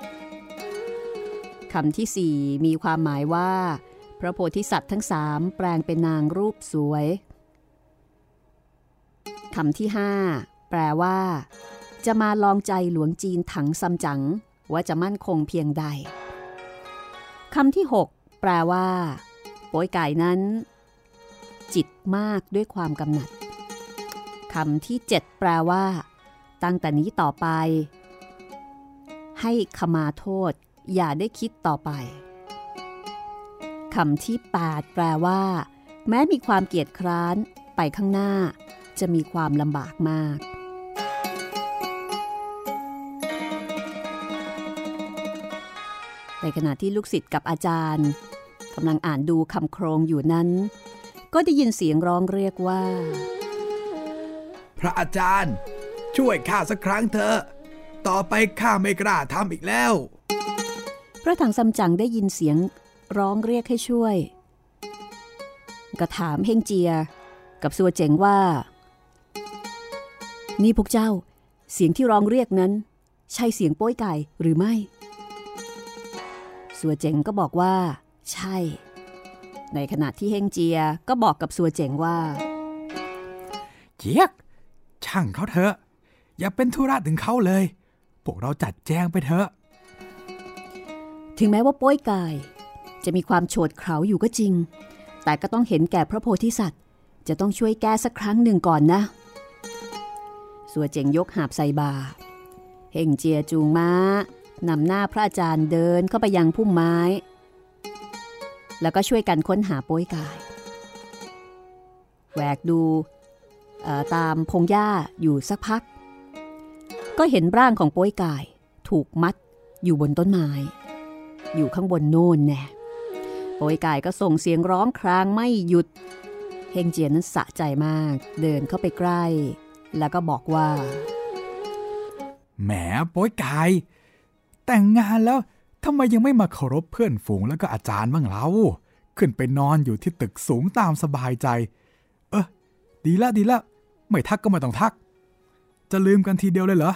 คำที่4มีความหมายว่าพระโพธิสัตว์ทั้ง3แปลงเป็นนางรูปสวยคำที่5 แปลว่าจะมาลองใจหลวงจีนถังซัมจั๋งว่าจะมั่นคงเพียงใดคำที่6แปลว่าโป๊ยไก่นั้นจิตมากด้วยความกำหนัดคำที่7แปลว่าตั้งแต่นี้ต่อไปให้ขมาโทษอย่าได้คิดต่อไปคำที่8แปลว่าแม้มีความเกียจคร้านไปข้างหน้าจะมีความลำบากมากในขณะที่ลูกศิษย์กับอาจารย์กำลังอ่านดูคำโครงอยู่นั้นก็ได้ยินเสียงร้องเรียกว่าพระอาจารย์ช่วยข้าสักครั้งเถอะต่อไปข้าไม่กล้าทำอีกแล้วพระถังซัมจั๋งได้ยินเสียงร้องเรียกให้ช่วยก็ถามเฮงเจียกับซัวเจ๋งว่านี่พวกเจ้าเสียงที่ร้องเรียกนั้นใช่เสียงโป้ยไก่หรือไม่ซัวเจ๋งก็บอกว่าใช่ในขณะที่เฮงเจียก็บอกกับซัวเจ๋งว่าเจี๊ยกช่างเขาเถอะอย่าเป็นธุระถึงเขาเลยพวกเราจัดแจงไปเถอะถึงแม้ว่าโป้ยไก่จะมีความโฉดเขลาอยู่ก็จริงแต่ก็ต้องเห็นแก่พระโพธิสัตว์จะต้องช่วยแก้สักครั้งหนึ่งก่อนนะซัวเจ๋งยกหาบใส่บ่าเฮงเจียจูงม้านำหน้าพระอาจารย์เดินเข้าไปยังพุ่มไม้แล้วก็ช่วยกันค้นหาโป้ยไก่แหวกดูตามพงหญ้าอยู่สักพักก็เห็นร่างของโป้ยไก่ถูกมัดอยู่บนต้นไม้อยู่ข้างบนโน่นแน่โป้ยไก่ก็ส่งเสียงร้องครางไม่หยุดเฮงเจียนั้นสะใจมากเดินเข้าไปใกล้แล้วก็บอกว่าแหมโป้ยไก่แต่งงานแล้วทำไมยังไม่มาเคารพเพื่อนฝูงแล้วก็อาจารย์บ้างเล่าขึ้นไปนอนอยู่ที่ตึกสูงตามสบายใจดีละไม่ทักก็ไม่ต้องทักจะลืมกันทีเดียวเลยเหรอ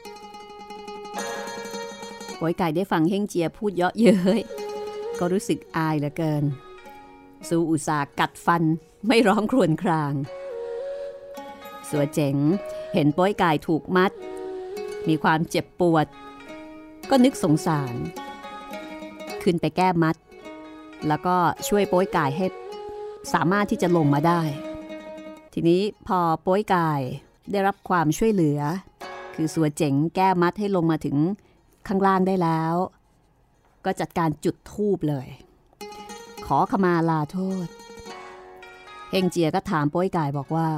โป้ยไก่ได้ฟังเฮงเจียพูดเยาะเย้ยก็รู้สึกอายเหลือเกินสู้อุตส่าห์กัดฟันไม่ร้องครวญครางซัวเจ๋งเห็นโป้ยไก่ถูกมัดมีความเจ็บปวดก็นึกสงสารขึ้นไปแก้มัดแล้วก็ช่วยโป้ยไก่ให้สามารถที่จะลงมาได้ทีนี้พอโป้ยไก่ได้รับความช่วยเหลือคือซัวเจ๋งแก้มัดให้ลงมาถึงข้างล่างได้แล้วก็จัดการจุดธูปเลยขอขมาลาโทษเฮงเจียก็ถามโป้ยไก่บอกว่า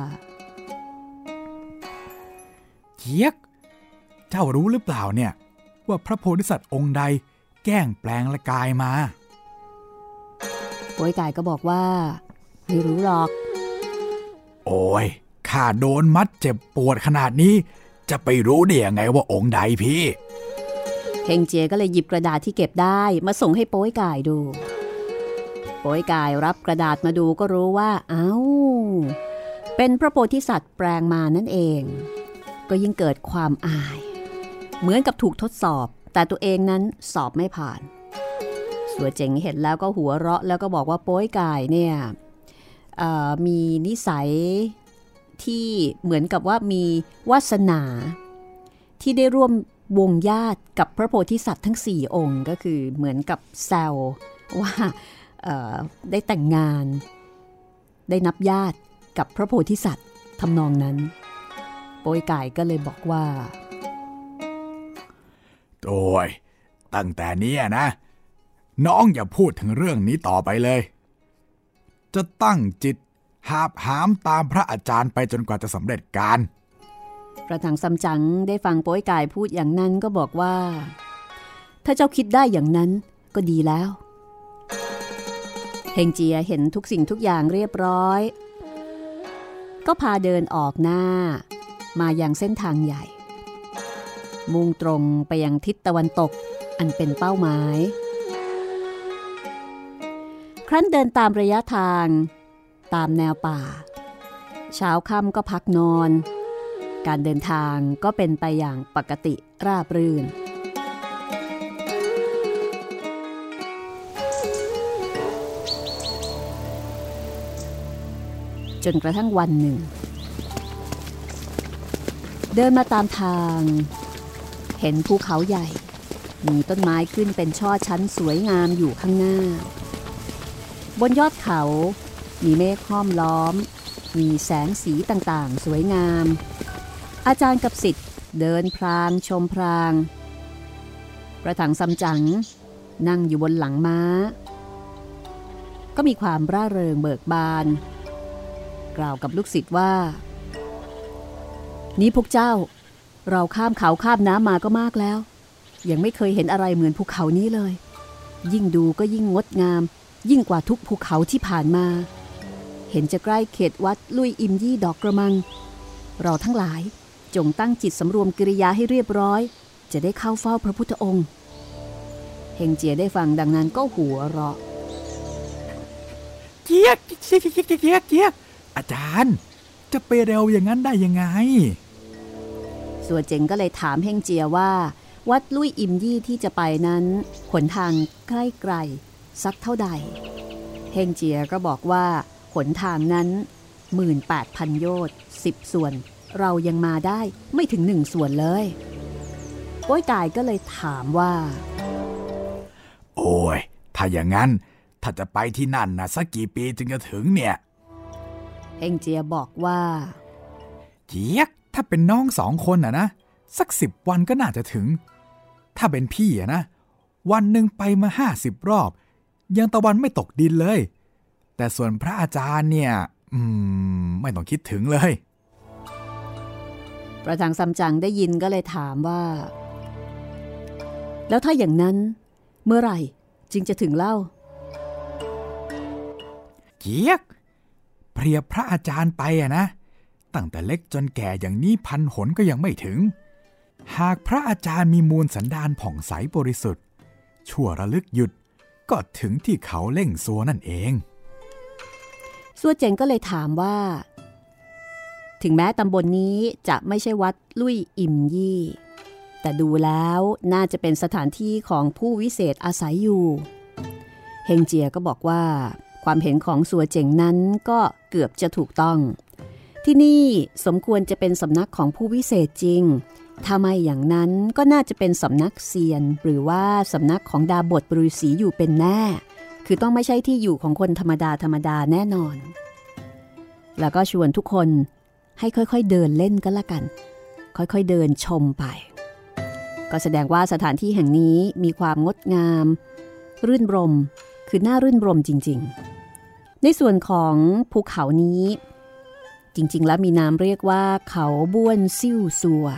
เจี๊ยกเจ้ารู้หรือเปล่าเนี่ยว่าพระโพธิสัตว์องค์ใดแกล้งแปลงละกายมาโป้ยไก่ก็บอกว่าไม่รู้หรอกโอ้ยข้าโดนมัดเจ็บปวดขนาดนี้จะไปรู้ได้ยังไงว่าองค์ใดพี่เฮงเจียก็เลยหยิบกระดาษที่เก็บได้มาส่งให้โป้ยไก่ดูโป้ยไก่รับกระดาษมาดูก็รู้ว่าเป็นพระโพธิสัตว์แปลงมานั่นเองก็ยิ่งเกิดความอายเหมือนกับถูกทดสอบแต่ตัวเองนั้นสอบไม่ผ่านซัวเจ๋งเห็นแล้วก็หัวเราะแล้วก็บอกว่าโป้ยไก่เนี่ยมีนิสัยที่เหมือนกับว่ามีวาสนาที่ได้ร่วมวงญาติกับพระโพธิสัตว์ทั้ง4องค์ก็คือเหมือนกับแซวว่าได้แต่งงานได้นับญาติกับพระโพธิสัตว์ทำนองนั้นโป้ยไก่ก็เลยบอกว่าโอ้ยตั้งแต่นี้นะน้องอย่าพูดถึงเรื่องนี้ต่อไปเลยจะตั้งจิตหาบหามตามพระอาจารย์ไปจนกว่าจะสำเร็จการพระถังซัมจั๋งได้ฟังโป้ยไก่พูดอย่างนั้นก็บอกว่าถ้าเจ้าคิดได้อย่างนั้นก็ดีแล้วเฮงเจียเห็นทุกสิ่งทุกอย่างเรียบร้อยก็พาเดินออกหน้ามายังเส้นทางใหญ่มุ่งตรงไปยังทิศตะวันตกอันเป็นเป้าหมายครั้นเดินตามระยะทางตามแนวป่าเช้าค่ำก็พักนอนการเดินทางก็เป็นไปอย่างปกติราบรื่นจนกระทั่งวันหนึ่งเดินมาตามทางเห็นภูเขาใหญ่มีต้นไม้ขึ้นเป็นช่อชั้นสวยงามอยู่ข้างหน้าบนยอดเขามีเมฆห้อมล้อมมีแสงสีต่างๆสวยงามอาจารย์กับศิษย์เดินพรางชมพรางประถังซัมจั๋งนั่งอยู่บนหลังม้าก็มีความร่าเริงเบิกบานกล่าวกับลูกศิษย์ว่านี่พวกเจ้าเราข้ามเขาข้ามน้ำมาก็มากแล้วยังไม่เคยเห็นอะไรเหมือนภูเขานี้เลยยิ่งดูก็ยิ่งงดงามยิ่งกว่าทุกภูเขาที่ผ่านมาเห็นจะใกล้เขตวัดลุยอิมยี่ดอกกระมังเราทั้งหลายจงตั้งจิตสำรวมกิริยาให้เรียบร้อยจะได้เข้าเฝ้าพระพุทธองค์เฮงเจียได้ฟังดังนั้นก็หัวเราะเจี๊ยกเจี๊ยกอาจารย์จะไปเร็วอย่างนั้นได้ยังไงสัวเจ๋งก็เลยถามเฮงเจียว่าวัดลุยอิมยี่ที่จะไปนั้นหนทางใกล้ไกลสักเท่าใดเฮงเจียก็บอกว่าหนทางนั้น 18,000 โยชน์10 ส่วนเรายังมาได้ไม่ถึง1 ส่วนเลยโป้ยกายก็เลยถามว่าโอ้ยถ้าอย่างนั้นถ้าจะไปที่นั่นนะสักกี่ปีจึงจะถึงเนี่ยเฮงเจียบอกว่าเจี๊ยกถ้าเป็นน้อง2 คนนะสัก10 วันก็น่าจะถึงถ้าเป็นพี่นะวันหนึ่งไปมา50 รอบยังตะวันไม่ตกดินเลยแต่ส่วนพระอาจารย์เนี่ยไม่ต้องคิดถึงเลยประถังซัมจั๋งได้ยินก็เลยถามว่าแล้วถ้าอย่างนั้นเมื่อไหร่จึงจะถึงเล่าเจี๊ยกเปรียบพระอาจารย์ไปนะตั้งแต่เล็กจนแก่อย่างนี้พันหนก็ยังไม่ถึงหากพระอาจารย์มีมูลสันดานผ่องใสบริสุทธิ์ชั่วระลึกหยุดก็ถึงที่เขาเล่งซัวนั่นเองซัวเจ๋งก็เลยถามว่าถึงแม้ตำบลนี้จะไม่ใช่วัดลุยอิมยี่แต่ดูแล้วน่าจะเป็นสถานที่ของผู้วิเศษอาศัยอยู่เฮงเจียก็บอกว่าความเห็นของซัวเจ๋งนั้นก็เกือบจะถูกต้องที่นี่สมควรจะเป็นสำนักของผู้วิเศษจริงถ้าไม่อย่างนั้นก็น่าจะเป็นสำนักเซียนหรือว่าสำนักของดาบทฤาษีอยู่เป็นแน่คือต้องไม่ใช่ที่อยู่ของคนธรรมดาแน่นอนแล้วก็ชวนทุกคนให้ค่อยๆเดินเล่นกันละกันค่อยๆเดินชมไปก็แสดงว่าสถานที่แห่งนี้มีความงดงามรื่นรมคือน่ารื่นรมจริงๆในส่วนของภูเขานี้จริงๆแล้วมีนามเรียกว่าเขาบ้วนซิ่วซัว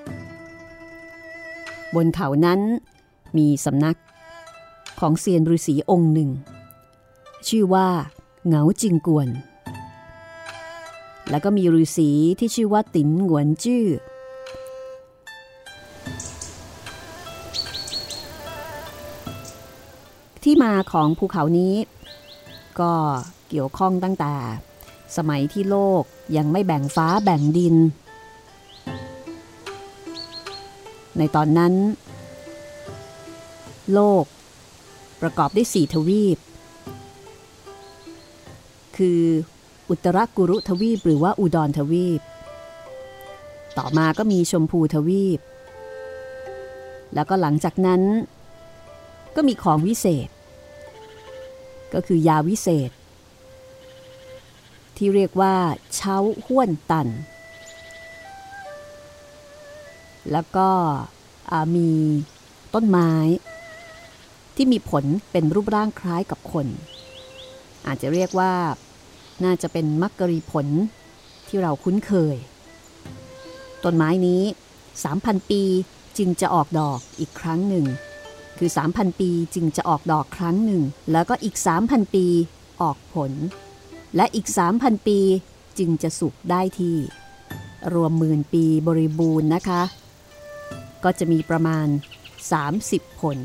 บนเขานั้นมีสำนักของเซียนฤาษีองค์หนึ่งชื่อว่าเหงาจิงกวนแล้วก็มีฤาษีที่ชื่อว่าติ๋นหงวนจื้อที่มาของภูเขานี้ก็เกี่ยวข้องตั้งแต่สมัยที่โลกยังไม่แบ่งฟ้าแบ่งดินในตอนนั้นโลกประกอบด้วย4 ทวีปคืออุตรกุรุทวีปหรือว่าอุดรทวีปต่อมาก็มีชมพูทวีปแล้วก็หลังจากนั้นก็มีของวิเศษก็คือยาวิเศษที่เรียกว่าเช้าห้วนตันแล้วก็มีต้นไม้ที่มีผลเป็นรูปร่างคล้ายกับคนอาจจะเรียกว่าน่าจะเป็นมักกรีผลที่เราคุ้นเคยต้นไม้นี้ 3,000 ปีจึงจะออกดอกอีกครั้งหนึ่งคือ 3,000 ปีจึงจะออกดอกครั้งหนึ่งแล้วก็อีก 3,000 ปีออกผลและอีก 3,000 ปีจึงจะสุกได้ที่รวม10,000 ปีบริบูรณ์นะคะก็จะมีประมาณ30 ผล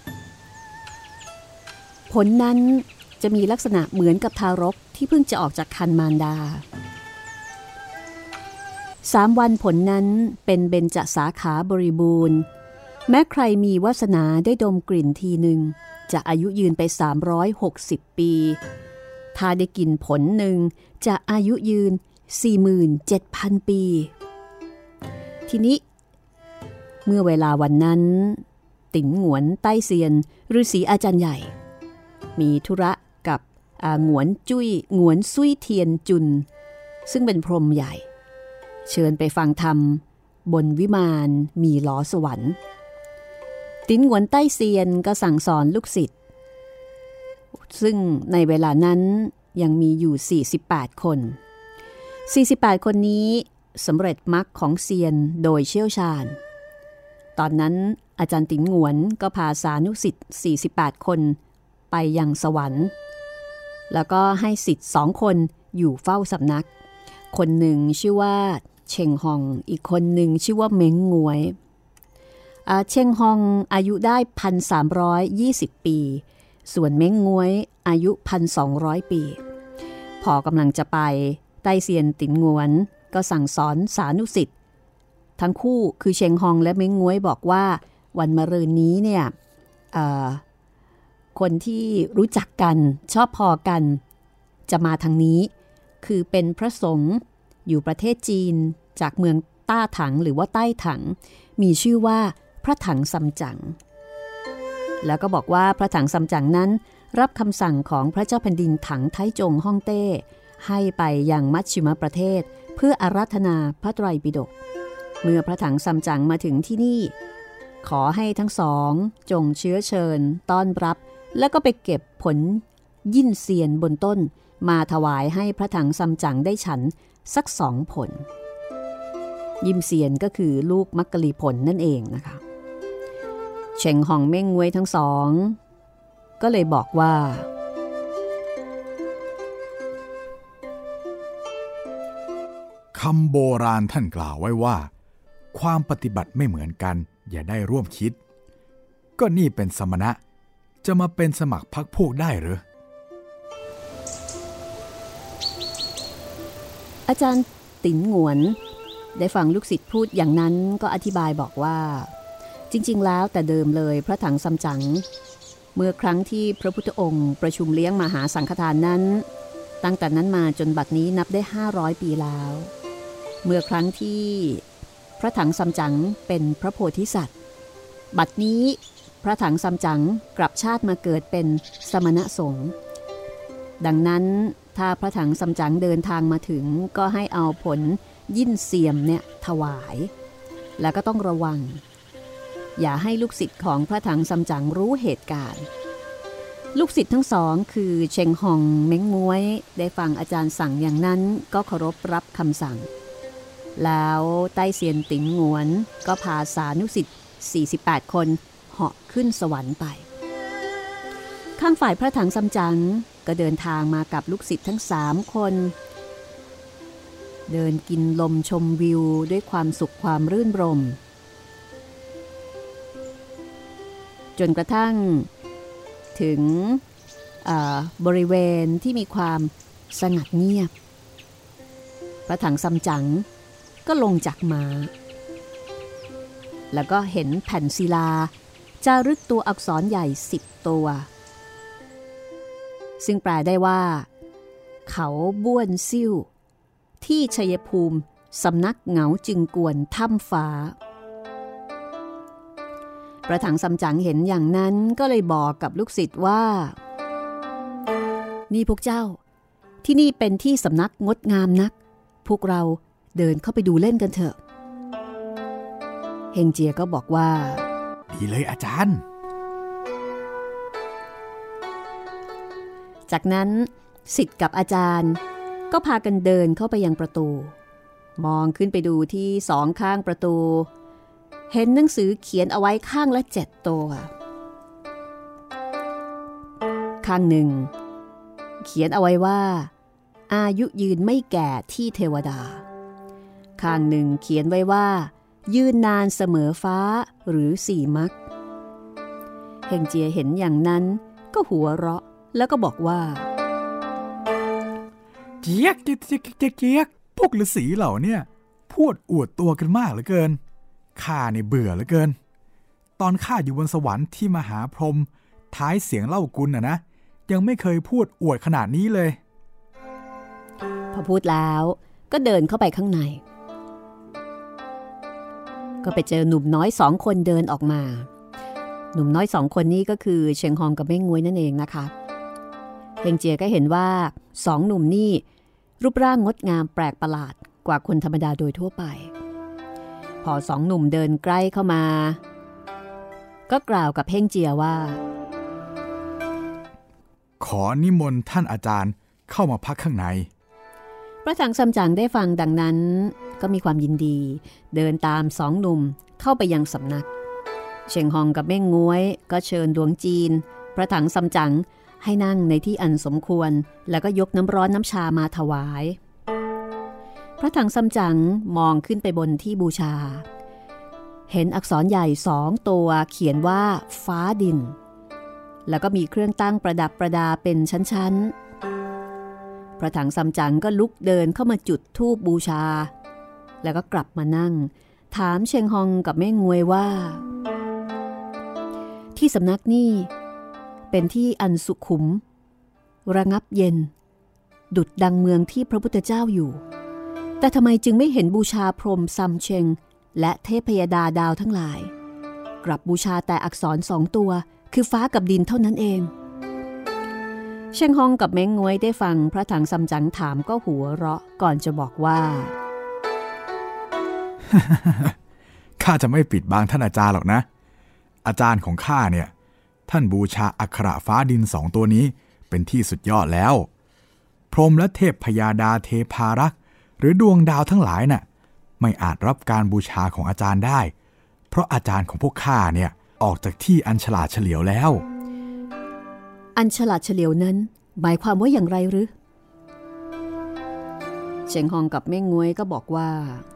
ผลนั้นจะมีลักษณะเหมือนกับทารกที่เพิ่งจะออกจากครรภ์มารดา3 วันผลนั้นเป็นเบญจสาขาบริบูรณ์แม้ใครมีวาสนาได้ดมกลิ่นทีหนึ่งจะอายุยืนไป360 ปีถ้าได้กินผลหนึ่งจะอายุยืน 47,000 ปีททีนี้เมื่อเวลาวันนั้นติ๋นหงวนใต้เซียนฤาษีอาจารย์ใหญ่มีธุระกับหงวนซุยเทียนจุนซึ่งเป็นพรหมใหญ่เชิญไปฟังธรรมบนวิมานมีล้อสวรรค์ติ๋นหงวนใต้เซียนก็สั่งสอนลูกศิษย์ซึ่งในเวลานั้นยังมีอยู่48คน48คนนี้สำเร็จมรรคของเซียนโดยเชี่ยวชาญตอนนั้นอาจารย์ติ๋นหงวนก็พาสานุศิษย์48คนไปยังสวรรค์แล้วก็ให้ศิษย์2คนอยู่เฝ้าสำนักคนหนึ่งชื่อว่าเชงฮองอีกคนหนึ่งชื่อว่าเม้งงวยเชงฮองอายุได้ 1,320 ปีส่วนเม้งงวยอายุ 1,200 ปีพอกำลังจะไปไต้เซียนติ๋นหงวนก็สั่งสอนสานุศิษย์ทั้งคู่คือเชงฮองและเม้งงวยบอกว่าวันมะรืนนี้เนี่ยคนที่รู้จักกันชอบพอกันจะมาทางนี้คือเป็นพระสงฆ์อยู่ประเทศจีนจากเมืองต้าถังหรือว่าใต้ถังมีชื่อว่าพระถังซัมจั๋งแล้วก็บอกว่าพระถังซัมจั๋งนั้นรับคำสั่งของพระเจ้าแผ่นดินถังไทจงฮ่องเต้ให้ไปยังมัชชิมประเทศเพื่ออาราธนาพระไตรปิฎกเมื่อพระถังซัมจั๋งมาถึงที่นี่ขอให้ทั้งสองจงเชื้อเชิญต้อนรับแล้วก็ไปเก็บผลยิ่นเซียนบนต้นมาถวายให้พระถังซัมจั๋งได้ฉันสัก2 ผลยิ่นเซียนก็คือลูกมักกะลีผลนั่นเองนะคะเชงฮองเม้งงวยทั้งสองก็เลยบอกว่าคำโบราณท่านกล่าวไว้ว่าความปฏิบัติไม่เหมือนกันอย่าได้ร่วมคิดก็นี่เป็นสมณะจะมาเป็นสมัครพรรคพวกได้หรืออาจารย์ติ๋นหงวนได้ฟังลูกศิษย์พูดอย่างนั้นก็อธิบายบอกว่าจริงๆแล้วแต่เดิมเลยพระถังซัมจั๋งเมื่อครั้งที่พระพุทธองค์ประชุมเลี้ยงมหาสังฆทานนั้นตั้งแต่นั้นมาจนบัดนี้นับได้500 ปีแล้วเมื่อครั้งที่พระถังซัมจั๋งเป็นพระโพธิสัตว์บัดนี้พระถังซัมจั๋งกลับชาติมาเกิดเป็นสมณสงฆ์ดังนั้นถ้าพระถังซัมจั๋งเดินทางมาถึงก็ให้เอาผลยิ่นเสียมเนี่ยถวายแล้วก็ต้องระวังอย่าให้ลูกศิษย์ของพระถังซัมจั๋งรู้เหตุการณ์ลูกศิษย์ทั้งสองคือเชงฮองเม้งงวยได้ฟังอาจารย์สั่งอย่างนั้นก็เคารพรับคำสั่งแล้วไต้เซียนติ๋นหงวนก็พาสานุศิษย์48คนเหาะขึ้นสวรรค์ไปข้างฝ่ายพระถังซัมจั๋งก็เดินทางมากับลูกศิษย์ทั้ง3 คนเดินกินลมชมวิวด้วยความสุขความรื่นรมจนกระทั่งถึงบริเวณที่มีความสงัดเงียบพระถังซัมจั๋งก็ลงจากม้าแล้วก็เห็นแผ่นศิลาจารึกตัวอักษรใหญ่10 ตัวซึ่งแปลได้ว่าเขาบ้วนซิ่วที่ชัยภูมิสำนักเหงาจึงกวนถ้ำฟ้าพระถังซัมจั๋งเห็นอย่างนั้นก็เลยบอกกับลูกศิษย์ว่านี่พวกเจ้าที่นี่เป็นที่สำนักงดงามนักพวกเราเดินเข้าไปดูเล่นกันเถอะเฮงเจียก็บอกว่าดีเลยอาจารย์จากนั้นศิษย์กับอาจารย์ก็พากันเดินเข้าไปยังประตูมองขึ้นไปดูที่2 ข้างประตูเห็นหนังสือเขียนเอาไว้ข้างละ7 ตัวข้างหนึ่งเขียนเอาไว้ว่าอายุยืนไม่แก่ที่เทวดาข้างหนึ่งเขียนไว้ว่ายืนนานเสมอฟ้าหรือ4 มรรคเฮงเจียเห็นอย่างนั้นก็หัวเราะแล้วก็บอกว่าเจี๊ยกพวกฤาษีเหล่าเนี่ยพูดอวดตัวกันมากเหลือเกินข้าเนี่ยเบื่อเหลือเกินตอนข้าอยู่บนสวรรค์ที่มหาพรหมท้ายเสียงเล่ากุลนะยังไม่เคยพูดอวดขนาดนี้เลยพอพูดแล้วก็เดินเข้าไปข้างในก็ไปเจอหนุ่มน้อย2 คนเดินออกมาหนุ่มน้อย2 คนนี้ก็คือเชียงฮองกับเม้งงวยนั่นเองนะคะเฮงเจียก็เห็นว่า2 หนุ่มนี่รูปร่างงดงามแปลกประหลาดกว่าคนธรรมดาโดยทั่วไปพอ2 หนุ่มเดินใกล้เข้ามาก็กล่าวกับเฮงเจียว่าขอนิมนต์ท่านอาจารย์เข้ามาพักข้างในพระถังซัมจั๋งได้ฟังดังนั้นก็มีความยินดีเดินตาม2 หนุ่มเข้าไปยังสำนักเชียงฮองกับเม้งงวยก็เชิญดวงจีนพระถังซัมจั๋งให้นั่งในที่อันสมควรแล้วก็ยกน้ำร้อนน้ำชามาถวายพระถังซัมจั๋งมองขึ้นไปบนที่บูชาเห็นอักษรใหญ่2 ตัวเขียนว่าฟ้าดินแล้วก็มีเครื่องตั้งประดับประดาเป็นชั้นๆพระถังซัมจั๋งก็ลุกเดินเข้ามาจุดธูปบูชาแล้วก็กลับมานั่งถามเชียงฮองกับเม้งงวยว่าที่สำนักนี่เป็นที่อันสุขุมระงับเย็นดุจดังเมืองที่พระพุทธเจ้าอยู่แต่ทำไมจึงไม่เห็นบูชาพรหมซัมเชงและเทพยดาดาวทั้งหลายกลับบูชาแต่อักษร2 ตัวคือฟ้ากับดินเท่านั้นเองเชียงฮองกับเม้งงวยได้ฟังพระถังซัมจั๋งถามก็หัวเราะก่อนจะบอกว่าข้าจะไม่ปิดบังท่านอาจารย์หรอกนะอาจารย์ของข้าเนี่ยท่านบูชาอักขระฟ้าดิน2 ตัวนี้เป็นที่สุดยอดแล้วพรหมและเทพพยาดาเทพารักษ์หรือดวงดาวทั้งหลายน่ะไม่อาจรับการบูชาของอาจารย์ได้เพราะอาจารย์ของพวกข้าเนี่ยออกจากที่อันฉลาดเฉลียวแล้วอันฉลาดเฉลียวนั้นหมายความว่าอย่างไรหรือเชียงฮองกับเม้งงวยก็บอกว่า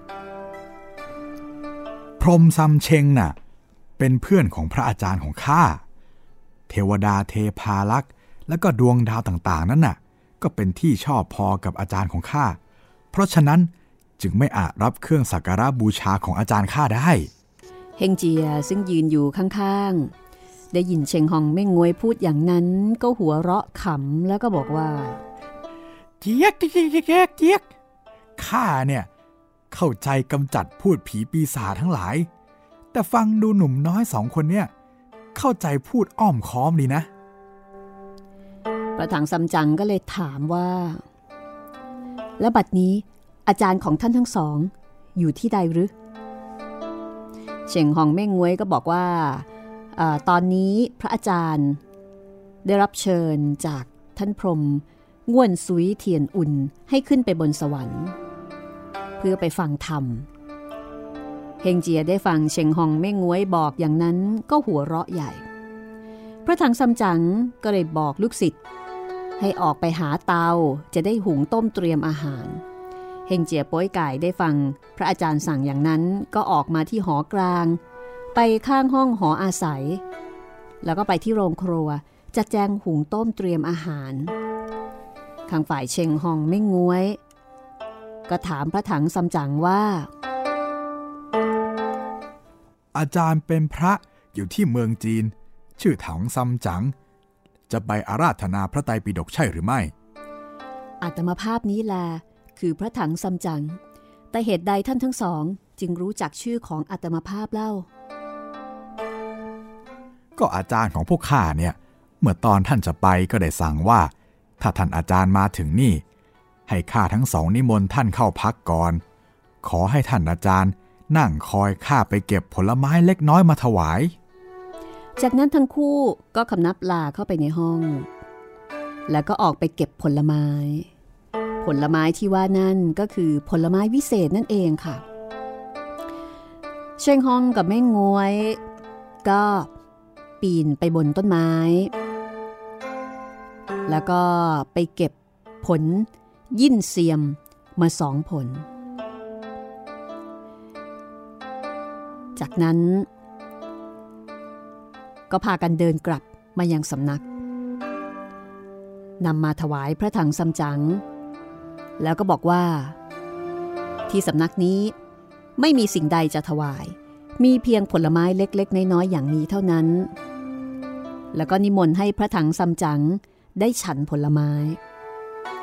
พรหมซัมเชงน่ะเป็นเพื่อนของพระอาจารย์ของข้าเทวดาเทพารักษ์และก็ดวงดาวต่างๆนั้นน่ะก็เป็นที่ชอบพอกับอาจารย์ของข้าเพราะฉะนั้นจึงไม่อาจรับเครื่องสักการะบูชาของอาจารย์ข้าได้เฮงเจียซึ่งยืนอยู่ข้างๆได้ยินเชียงฮองเม้งงวยพูดอย่างนั้นก็หัวเราะขำแล้วก็บอกว่าเจี๊ยกเจี๊ยกข้าเนี่ยเข้าใจกำจัดพูดผีปีศาจทั้งหลายแต่ฟังดูหนุ่มน้อย2 คนเนี่ยเข้าใจพูดอ้อมค้อมดีนะพระถังซัมจั๋งก็เลยถามว่าแล้วบัดนี้อาจารย์ของท่านทั้งสองอยู่ที่ใดหรือเชียงฮองเม้งงวยก็บอกว่าตอนนี้พระอาจารย์ได้รับเชิญจากท่านพรหมง่วนซุยเทียนอุ่นให้ขึ้นไปบนสวรรค์เพื่อไปฟังธรรมเฮงเจียได้ฟังเชียงฮองเม้งงวยบอกอย่างนั้นก็หัวเราะใหญ่พระถังซัมจั๋งก็เลยบอกลูกศิษย์ให้ออกไปหาเตาจะได้หุงต้มเตรียมอาหารเฮงเจียโป้ยไก่ได้ฟังพระอาจารย์สั่งอย่างนั้นก็ออกมาที่หอกลางไปข้างห้องหออาศัยแล้วก็ไปที่โรงครัวจัดแจงหุงต้มเตรียมอาหารทางฝ่ายเชียงฮองเม้งงวยก็ถามพระถังซัมจั๋งว่าอาจารย์เป็นพระอยู่ที่เมืองจีนชื่อถังซัมจั๋งจะไปอาราธนาพระไตรปิฎกใช่หรือไม่อาตมาภาพนี้แลคือพระถังซัมจั๋งแต่เหตุใดท่านทั้งสองจึงรู้จักชื่อของอาตมาภาพเล่าก็อาจารย์ของพวกข้าเนี่ยเมื่อตอนท่านจะไปก็ได้สั่งว่าถ้าท่านอาจารย์มาถึงนี่ให้ข้าทั้งสองนิมนต์ท่านเข้าพักก่อนขอให้ท่านอาจารย์นั่งคอยข้าไปเก็บผลไม้เล็กน้อยมาถวายจากนั้นทั้งคู่ก็คำนับลาเข้าไปในห้องแล้วก็ออกไปเก็บผลไม้ที่ว่านั่นก็คือผลไม้วิเศษนั่นเองค่ะเชียงฮองกับเม้งงวยก็ปีนไปบนต้นไม้แล้วก็ไปเก็บผลยิ่นเซียมมา2 ผลจากนั้นก็พากันเดินกลับมายังสำนักนำมาถวายพระถังซัมจั๋งแล้วก็บอกว่าที่สำนักนี้ไม่มีสิ่งใดจะถวายมีเพียงผลไม้เล็กๆน้อยๆอย่างนี้เท่านั้นแล้วก็นิมนต์ให้พระถังซัมจั๋งได้ฉันผลไม้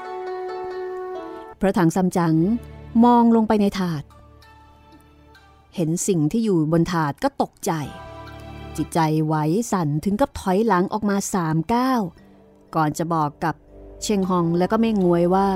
พระถังซัมจั๋งมองลงไปในถาดเห็นสิ่งที่อยู่บนถาดก็ตกใจจิตใจไหวสั่นถึงกับถอยหลังออกมา3 ก้าวก่อนจะบอกกับเชงฮองและก็เม่งงวยว่า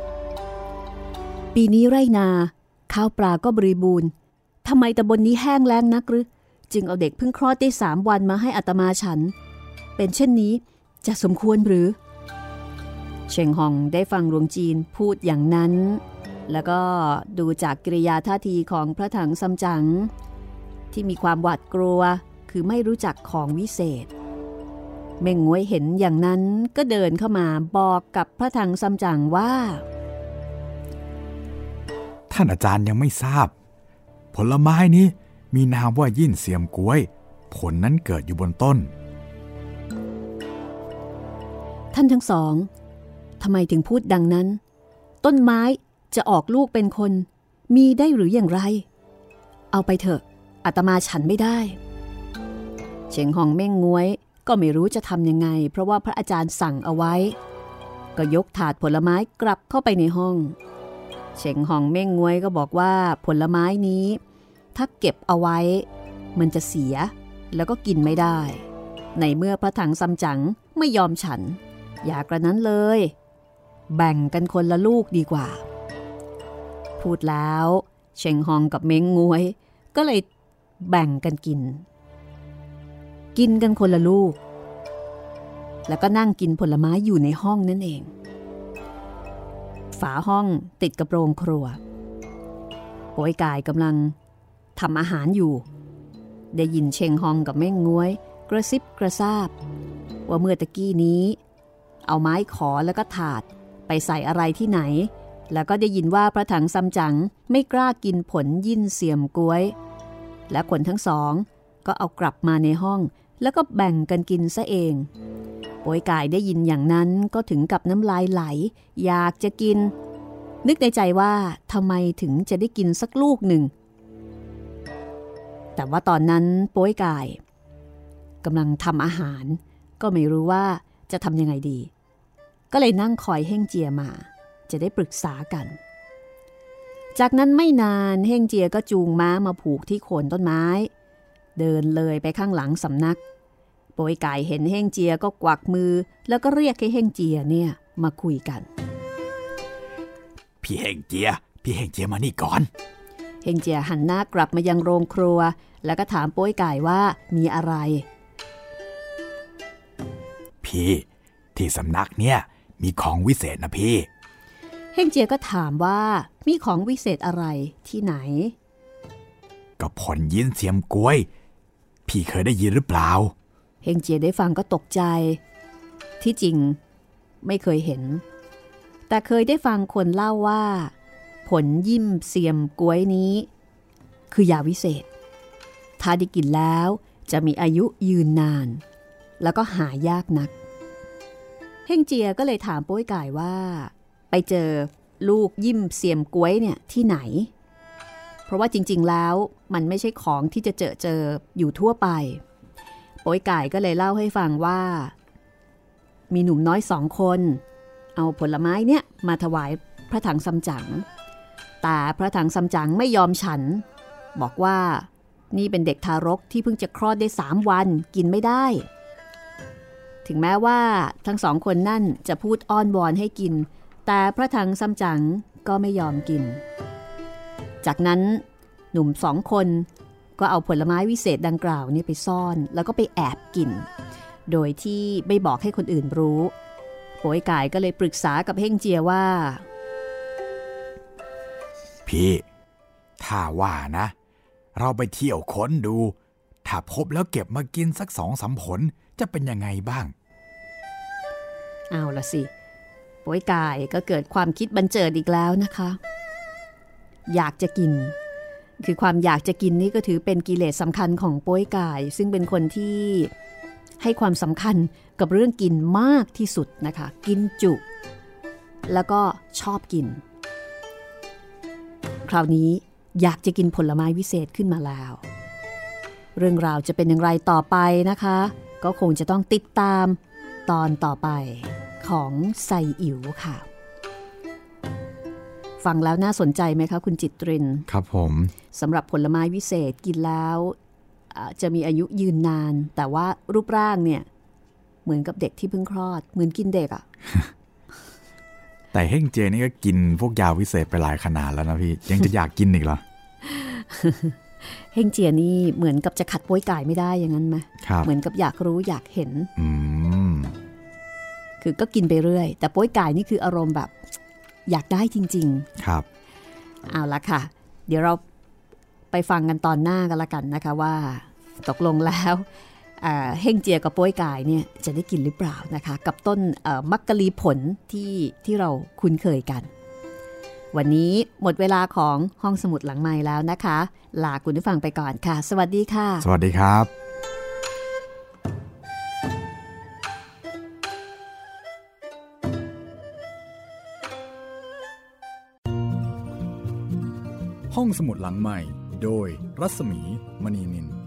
ปีนี้ไร่นาข้าวปลาก็บริบูรณ์ทำไมตำบลนี้แห้งแล้งนักหรือจึงเอาเด็กเพิ่งคลอดได้3 วันมาให้อาตมาฉันเป็นเช่นนี้จะสมควรหรือเชงฮองได้ฟังหลวงจีนพูดอย่างนั้นแล้วก็ดูจากกิริยาท่าทีของพระถังซัมจั๋งที่มีความหวาดกลัวคือไม่รู้จักของวิเศษเม่งงวยเห็นอย่างนั้นก็เดินเข้ามาบอกกับพระถังซัมจั๋งว่าท่านอาจารย์ยังไม่ทราบผลไม้นี้มีนามว่ายิ่นเสียมก๊วยผลนั้นเกิดอยู่บนต้นท่านทั้งสองทำไมถึงพูดดังนั้นต้นไม้จะออกลูกเป็นคนมีได้หรืออย่างไรเอาไปเถอะอาตมาฉันไม่ได้เฉิงฮองเม่งงวยก็ไม่รู้จะทำยังไงเพราะว่าพระอาจารย์สั่งเอาไว้ก็ยกถาดผลไม้กลับเข้าไปในห้องเฉิงฮองเม่งงวยก็บอกว่าผลไม้นี้ถ้าเก็บเอาไว้มันจะเสียแล้วก็กินไม่ได้ในเมื่อพระถังซัมจั๋งไม่ยอมฉันอย่ากระนั้นเลยแบ่งกันคนละลูกดีกว่าพูดแล้วเฉิงฮองกับเม้งงวยก็เลยแบ่งกันกินกันคนละลูกแล้วก็นั่งกินผลไม้อยู่ในห้องนั่นเองฝาห้องติดกับโรงครัวโป๋ยกายกำลังทำอาหารอยู่ได้ยินเชงฮองกับเม้งงวยกระซิบกระซาบว่าเมื่อตะกี้นี้เอาไม้ขอแล้วก็ถาดไปใส่อะไรที่ไหนแล้วก็ได้ยินว่าพระถังซัมจั๋งไม่กล้ากินผลยิ่นเสียมก๊วยและคนทั้งสองก็เอากลับมาในห้องแล้วก็แบ่งกันกินซะเองโป๋ยกายได้ยินอย่างนั้นก็ถึงกับน้ำลายไหลอยากจะกินนึกในใจว่าทำไมถึงจะได้กินสักลูกหนึ่งแต่ว่าตอนนั้นโป๋ยกายกำลังทำอาหารก็ไม่รู้ว่าจะทำยังไงดีก็เลยนั่งคอยเฮ่งเจียมาจะได้ปรึกษากันจากนั้นไม่นานเฮ่งเจียก็จูงม้ามาผูกที่โคนต้นไม้เดินเลยไปข้างหลังสำนักโป๋ยกายเห็นเฮ่งเจียก็กวักมือแล้วก็เรียกให้เฮ่งเจียเนี่ยมาคุยกันพี่เฮ่งเจียมานี่ก่อนเฮ่งเจียหันหน้ากลับมายังโรงครัวแล้วก็ถามโป๋ยกายว่ามีอะไรพี่ที่สำนักเนี่ยมีของวิเศษนะพี่เฮ่งเจียก็ถามว่ามีของวิเศษอะไรที่ไหนก็ผลยิ่นเสียมก๊วยพี่เคยได้ยินหรือเปล่าเฮ่งเจียได้ฟังก็ตกใจที่จริงไม่เคยเห็นแต่เคยได้ฟังคนเล่าว่าผลยิ่มเสียมก๊วยนี้คือยาวิเศษถ้าได้กินแล้วจะมีอายุยืนนานแล้วก็หายากนักเฮ่งเจียก็เลยถามโป๋ยกายว่าไปเจอลูกยิ่มเสียมก๊วยเนี่ยที่ไหนเพราะว่าจริงๆแล้วมันไม่ใช่ของที่จะเจออยู่ทั่วไปโป๋ยกายก็เลยเล่าให้ฟังว่ามีหนุ่มน้อย2 คนเอาผลไม้เนี่ยมาถวายพระถังซัมจั๋งแต่พระถังซัมจั๋งไม่ยอมฉันบอกว่านี่เป็นเด็กทารกที่เพิ่งจะคลอดได้3 วันกินไม่ได้ถึงแม้ว่าทั้ง2 คนนั่นจะพูดอ้อนวอนให้กินแต่พระถังซัมจั๋งก็ไม่ยอมกินจากนั้นหนุ่ม2 คนก็เอาผลไม้วิเศษดังกล่าวนี่ไปซ่อนแล้วก็ไปแอบกินโดยที่ไม่บอกให้คนอื่นรู้โป๋ยกายก็เลยปรึกษากับเฮ่งเจียว่าพี่ถ้าว่านะเราไปเที่ยวค้นดูถ้าพบแล้วเก็บมากินสัก2-3 ผลจะเป็นยังไงบ้างเอาล่ะสิโป๋ยกายก็เกิดความคิดบันเจิดอีกแล้วนะคะอยากจะกินคือความอยากจะกินนี่ก็ถือเป็นกิเลสสำคัญของโป๋ยกายซึ่งเป็นคนที่ให้ความสำคัญกับเรื่องกินมากที่สุดนะคะกินจุแล้วก็ชอบกินคราวนี้อยากจะกินผลไม้วิเศษขึ้นมาแล้วเรื่องราวจะเป็นอย่างไรต่อไปนะคะก็คงจะต้องติดตามตอนต่อไปของไซอิ๋วค่ะฟังแล้วน่าสนใจไหมคะคุณจิตรินครับผมสำหรับผลไม้วิเศษกินแล้วจะมีอายุยืนนานแต่ว่ารูปร่างเนี่ยเหมือนกับเด็กที่เพิ่งคลอดเหมือนกินเด็กอ่ะแต่เฮ่งเจนี่ก็กินพวกยาวิเศษไปหลายขนาดแล้วนะพี่ยังจะอยากกินอีกเหรอเฮ่งเจียนี่เหมือนกับจะขัดโป้ยก่ายไม่ได้อย่างนั้นไหมเหมือนกับอยากรู้อยากเห็นคือก็กินไปเรื่อยแต่โป้ยก่ายนี่คืออารมณ์แบบอยากได้จริงๆครับเอาละค่ะเดี๋ยวเราไปฟังกันตอนหน้ากันละกันนะคะว่าตกลงแล้วเฮ่งเจียกับโป้ยก่ายเนี่ยจะได้กินหรือเปล่านะคะกับต้นมักกะลีผลที่เราคุ้นเคยกันวันนี้หมดเวลาของห้องสมุดหลังไมค์แล้วนะคะลาคุณผู้ฟังไปก่อนค่ะสวัสดีค่ะสวัสดีครับห้องสมุดหลังใหม่โดยรัศมีมณีนิน